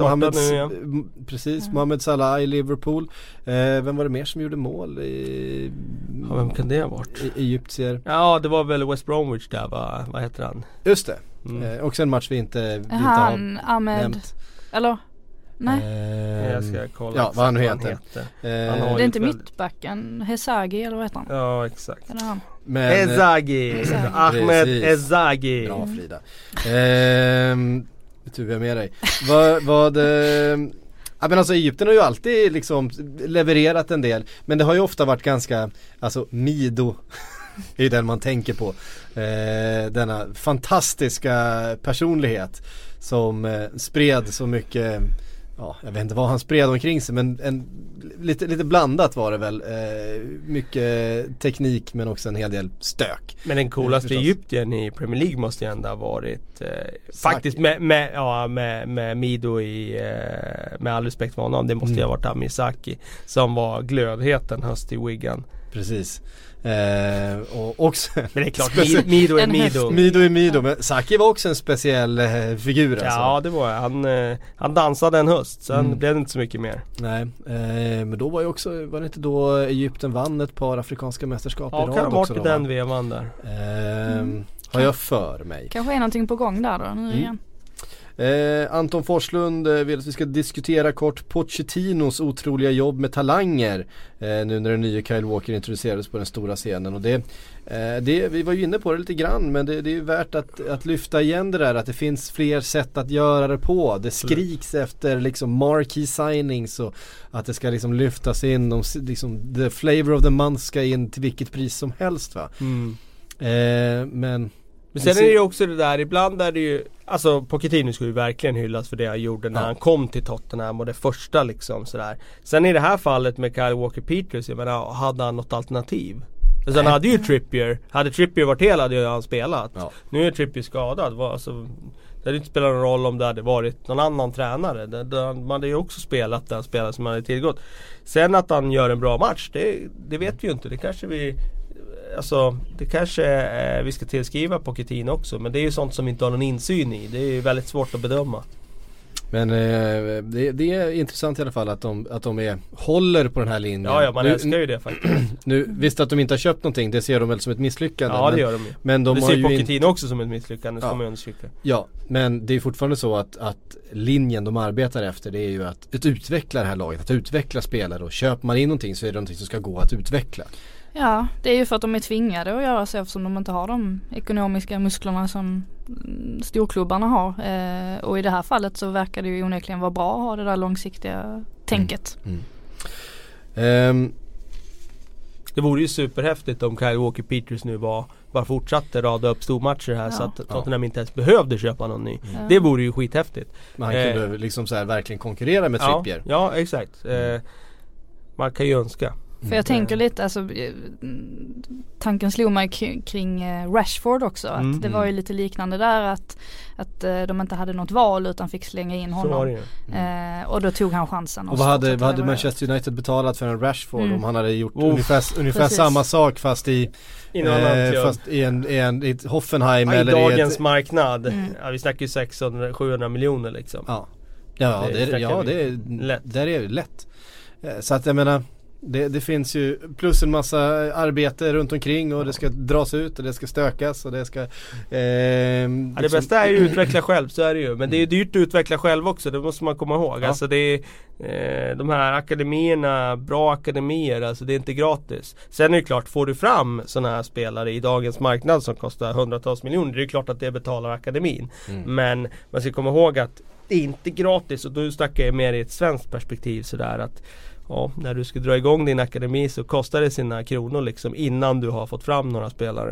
Mohamed Salah i Liverpool. Vem var det mer som gjorde mål vem kan det ha varit? I Egyptier? Ja, det var väl West Bromwich där, vad heter han? Just det. Också en match vi inte har Ahmed nämnt. Eller? Nej. Jag ska kolla. Ja, vad han nu heter. Det är inte mittbacken Hezagi, eller vad heter han? Ja, exakt. Eller han? Ezagi. Ahmed Ezagi. Bra, Frida. Tur vi är med dig. Ja, men alltså Egypten har ju alltid liksom levererat en del, men det har ju ofta varit ganska, alltså Mido är ju den man tänker på, denna fantastiska personlighet som spred så mycket jag vet inte vad han spred omkring sig, men lite blandat var det väl. Mycket teknik men också en hel del stök. Men den coolaste Egypten i Premier League måste ju ändå ha varit faktiskt med Mido med all respekt för honom, det måste ju ha varit Amir Saki som var glödheten höst i Wigan. Precis. Och också men det är klart, Mido är Mido. Mido är Mido, men Saki var också en speciell figur alltså. Ja, det var han dansade en höst, sen blev det inte så mycket mer. Nej, men då var ju också, var det inte då Egypten vann ett par afrikanska mästerskap i rad också? Ja, kan ha varit i den vevan där. Har jag för mig. Kanske är någonting på gång där då, nu igen. Anton Forslund vill att vi ska diskutera kort Pochettinos otroliga jobb med talanger nu när den nya Kyle Walker introducerades på den stora scenen, och vi var ju inne på det lite grann, men det är ju värt att lyfta igen det där, att det finns fler sätt att göra det på. Det skriks efter liksom marquee signings och att det ska liksom lyftas in, liksom the flavor of the month ska in till vilket pris som helst, va? Men sen är det ju också det där, ibland är det ju, alltså Pochettino skulle ju verkligen hyllas för det han gjorde när han kom till Tottenham och det första liksom sådär. Sen i det här fallet med Kyle Walker-Peters, jag menar, hade han något alternativ? Sen hade ju hade Trippier varit hel hade ju han spelat. Nu är Trippier skadad, alltså, det hade inte spelat någon roll om det hade varit någon annan tränare. Man hade ju också spelat den spelare som hade tillgått. Sen att han gör en bra match, det vet vi ju inte. Det kanske vi ska tillskriva Pochettino också, men det är ju sånt som vi inte har någon insyn i. Det är ju väldigt svårt att bedöma. Men det är intressant i alla fall att de håller på den här linjen. Ja, man älskar ju det faktiskt. Nu, visst att de inte har köpt någonting, det ser de väl som ett misslyckande. Ja, det gör de ju. Men det ser Pochettino också som ett misslyckande, ska man undersöka. Ja, men det är fortfarande så att linjen de arbetar efter, det är ju att utveckla det här laget, att utveckla spelare, och köper man in någonting så är det någonting som ska gå att utveckla. Ja, det är ju för att de är tvingade att göra så, eftersom de inte har de ekonomiska musklerna som storklubbarna har. Och i det här fallet så verkar det ju onekligen vara bra att ha det där långsiktiga tänket. Det vore ju superhäftigt om Kyle Walker-Peters nu bara fortsatte rada upp stormatcher här, så att Tottenham inte ens behövde köpa någon ny. Det vore ju skithäftigt. Man kunde liksom så här verkring konkurrera med Trippier. Ja, exakt. Man kan ju önska. För jag tänker lite, alltså, tanken slog mig kring Rashford också, att det var ju lite liknande där, att de inte hade något val utan fick slänga in honom. Och då tog han chansen. Och vad hade Manchester United betalat för en Rashford om han hade gjort ungefär samma sak fast i ett Hoffenheim eller i dagens marknad. Vi snackar ju 600-700 miljoner liksom. Det är lätt. Så att jag menar, det finns ju plus en massa arbete runt omkring, och det ska dras ut och det ska stökas och det ska det bästa är ju att utveckla själv, så är det ju. Men det är dyrt att utveckla själv också, det måste man komma ihåg. Alltså det är de här akademierna, bra akademier, alltså det är inte gratis. Sen är det klart, får du fram sådana här spelare i dagens marknad som kostar hundratals miljoner, det är klart att det betalar akademin. Men man ska komma ihåg att det är inte gratis, och då snackar jag mer i ett svenskt perspektiv sådär att när du ska dra igång din akademi så kostar det sina kronor liksom innan du har fått fram några spelare.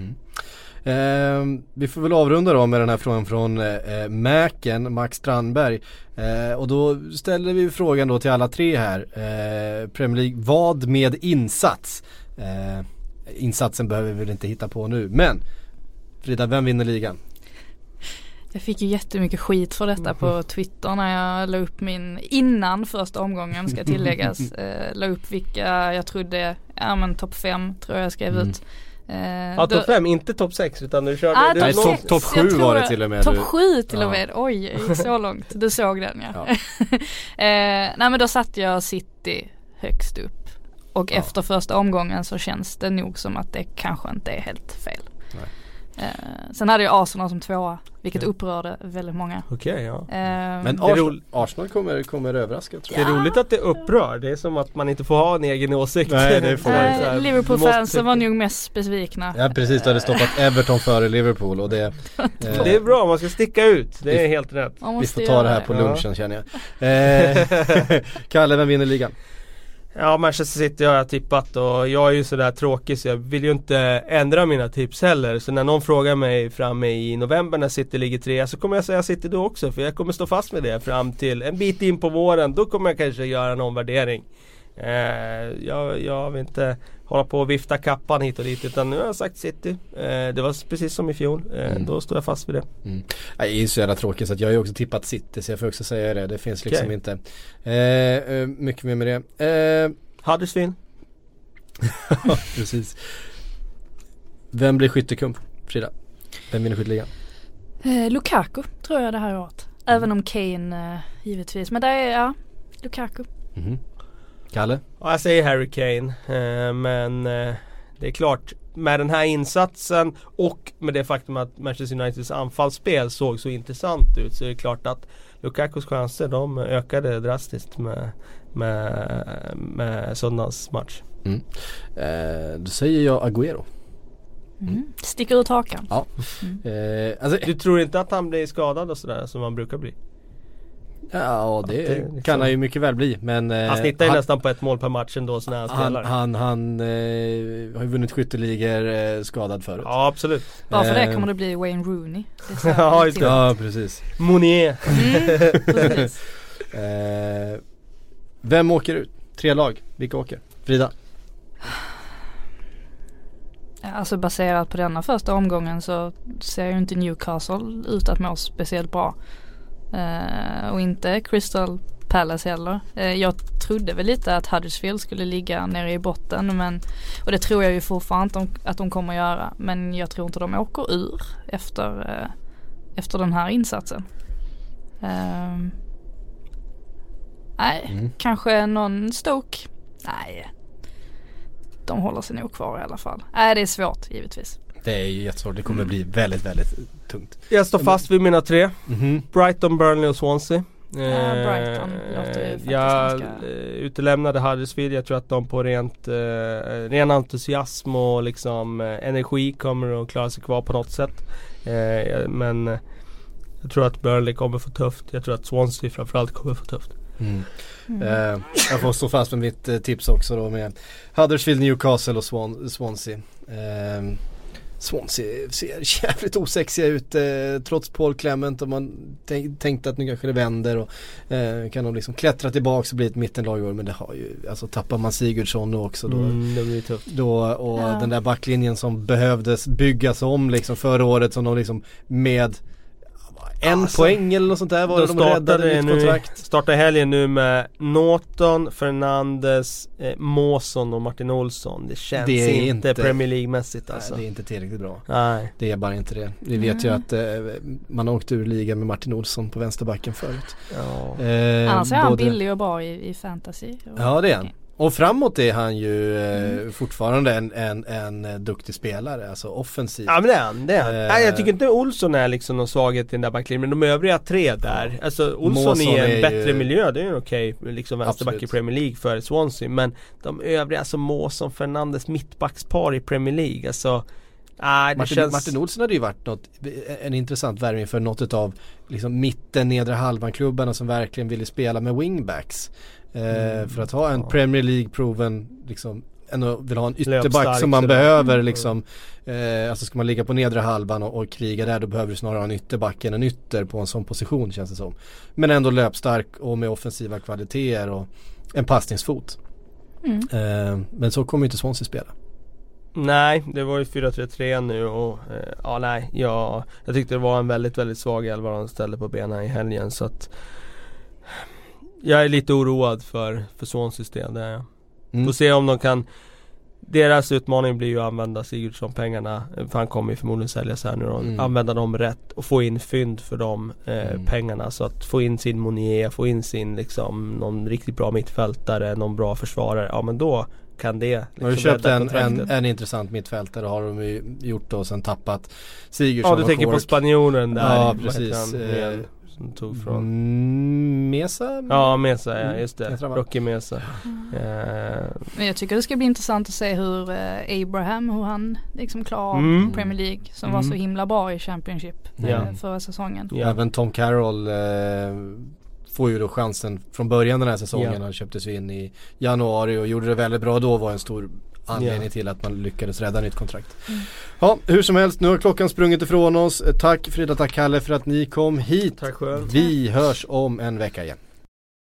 Vi får väl avrunda då med den här frågan från Max Strandberg. Och då ställer vi frågan då till alla tre här. Premier League, vad med insats? Insatsen behöver vi väl inte hitta på nu. Men Frida, vem vinner ligan? Jag fick ju jättemycket skit för detta på Twitter när jag la upp innan första omgången, ska tilläggas, la upp vilka jag trodde, topp 5 tror jag skrev ut. Topp 5, inte topp 6 utan du körde topp 7 var det till och med. Topp 7 till och med, oj, så långt. Du såg den, nej men då satt jag City högst upp. Och efter första omgången så känns det nog som att det kanske inte är helt fel. Sen hade jag Arsenal som 2, vilket upprörde väldigt många. Men Arsenal kommer överraska, tror jag. Det är roligt att det upprör. Det är som att man inte får ha en egen åsikt. Nej, det får Liverpool-fansen var nog mest besvikna. Ja, precis. Du hade stoppat Everton före Liverpool, och det är bra, man ska sticka ut. Det är helt rätt. Vi får ta det här på lunchen, känner jag. Kalle, vem vinner ligan? Ja, Manchester City har jag tippat och jag är ju sådär tråkig så jag vill ju inte ändra mina tips heller. Så när någon frågar mig framme i november när City ligger 3 så kommer jag säga City då också. För jag kommer stå fast med det fram till en bit in på våren. Då kommer jag kanske göra en omvärdering. Jag vill inte hålla på och vifta kappan hit och dit, utan nu har jag sagt City. Det var precis som i fjol. Då står jag fast vid det. Jag är så jävla tråkig så att jag har ju också tippat City, så jag får också säga det. Det finns liksom inte mycket mer med det. Huddersfield. Ja, precis. Vem blir skyttekung, Frida? Vem vinner skytteligan? Lukaku tror jag det här året. Även om Kane givetvis. Men det är Lukaku. Kalle? Ja, jag säger Harry Kane. Men det är klart, med den här insatsen och med det faktum att Manchester Uniteds anfallsspel såg så intressant ut, så är det klart att Lukakus chanser, de ökade drastiskt med söndagens match. Då säger jag Agüero. Sticker ut hakan. Ja. Alltså, du tror inte att han blir skadad och sådär som han brukar bli? Ja, det liksom, kan han ju mycket väl bli, men han snittar ju nästan på 1 mål per match ändå när han spelar. Han har ju vunnit skytteligor skadad förut. Ja, absolut. Bara för det kommer det bli Wayne Rooney. Ja, precis. Monier. Precis. Vem åker ut? 3 lag. Vilka åker? Frida? Alltså baserat på denna första omgången så ser ju inte Newcastle ut att må speciellt bra. Och inte Crystal Palace heller. Jag trodde väl lite att Huddersfield skulle ligga nere i botten, och det tror jag ju fortfarande att de kommer göra, men jag tror inte de åker ur efter den här insatsen. Nej, kanske någon Stoke. Nej, de håller sig nog kvar i alla fall. Nej, det är svårt givetvis. Det är ju jättesvårt. Det kommer bli väldigt, väldigt tungt. Jag står fast vid mina 3. Brighton, Burnley och Swansea. Brighton låter ju faktiskt jag utelämnade Huddersfield. Jag tror att de på ren entusiasm och liksom energi kommer att klara sig kvar på något sätt. Men jag tror att Burnley kommer få tufft. Jag tror att Swansea framförallt kommer få tufft. Jag får stå fast med mitt tips också då, med Huddersfield, Newcastle och Swansea. Swansea ser jävligt osexiga ut trots Paul Clement, och man tänkte att nu kanske det vänder och kan de liksom klättra tillbaka och bli ett mittenlag, men det har ju, alltså tappar man Sigurdsson då också då, det blir tufft. Den där backlinjen som behövdes byggas om liksom förra året, som de liksom med en poäng eller något sånt där var de räddade nytt kontrakt. Startar helgen nu med Norton, Fernandes, Måsson och Martin Olsson. Det känns inte Premier League-mässigt alltså. Nej, det är inte tillräckligt bra. Nej. Det är bara inte det. Vi vet ju att man har åkt ur ligan med Martin Olsson på vänsterbacken förut. Ja. Annars är han billig och bra i fantasy. Ja, det är han. Och framåt är han ju fortfarande en duktig spelare, alltså offensivt. Ja, men det är han. Nej, jag tycker inte Olsson är liksom någon svaghet i den där backlinjen, men de övriga 3 där. Alltså Olsson är en bättre miljö, det är ju okej, liksom vänsterback i Premier League för Swansea, men de övriga, alltså Måsson, Fernandes, mittbackspar i Premier League, alltså Martin Olsson hade ju varit en intressant värvning för något av liksom mitten, nedre halvan klubbarna som verkligen ville spela med wingbacks. För att ha en Premier League-proven liksom, ändå vill ha en ytterback som man behöver liksom, alltså ska man ligga på nedre halvan och kriga där, då behöver du snarare ha en ytterback än en ytter på en sån position, känns det som. Men ändå löpstark och med offensiva kvaliteter och en passningsfot. Men så kommer inte Swansea spela. Nej, det var ju 4-3-3 nu och jag tyckte det var en väldigt, väldigt svag elva de ställde på benen i helgen, så att jag är lite oroad för Swansea del där. Får se om de kan. Deras utmaning blir ju att använda Sigurdsson-pengarna, för han kommer ju förmodligen säljas här nu och använda dem rätt och få in fynd för de pengarna, så att få in sin Monier, få in sin liksom någon riktigt bra mittfältare, någon bra försvarare, ja men då kan det liksom, har du köpt en intressant mittfältare, har de ju gjort då och sen tappat Sigurdsson. Ja, du tänker på spanjoren där. Ja, precis. Som tog från Mesa? Ja, Mesa, ja, just det. Rocky Mesa. Men jag tycker det ska bli intressant att se hur Abraham, hur han liksom klarar av Premier League, som var så himla bra i Championship förra säsongen. Ja. Även Tom Carroll får ju då chansen från början den här säsongen. Han köptes in i januari och gjorde det väldigt bra då, var en stor anledning till att man lyckades rädda nytt kontrakt. Ja, hur som helst, nu har klockan sprungit ifrån oss. Tack Frida, tack Kalle för att ni kom hit. Tack själv. Vi hörs om en vecka igen.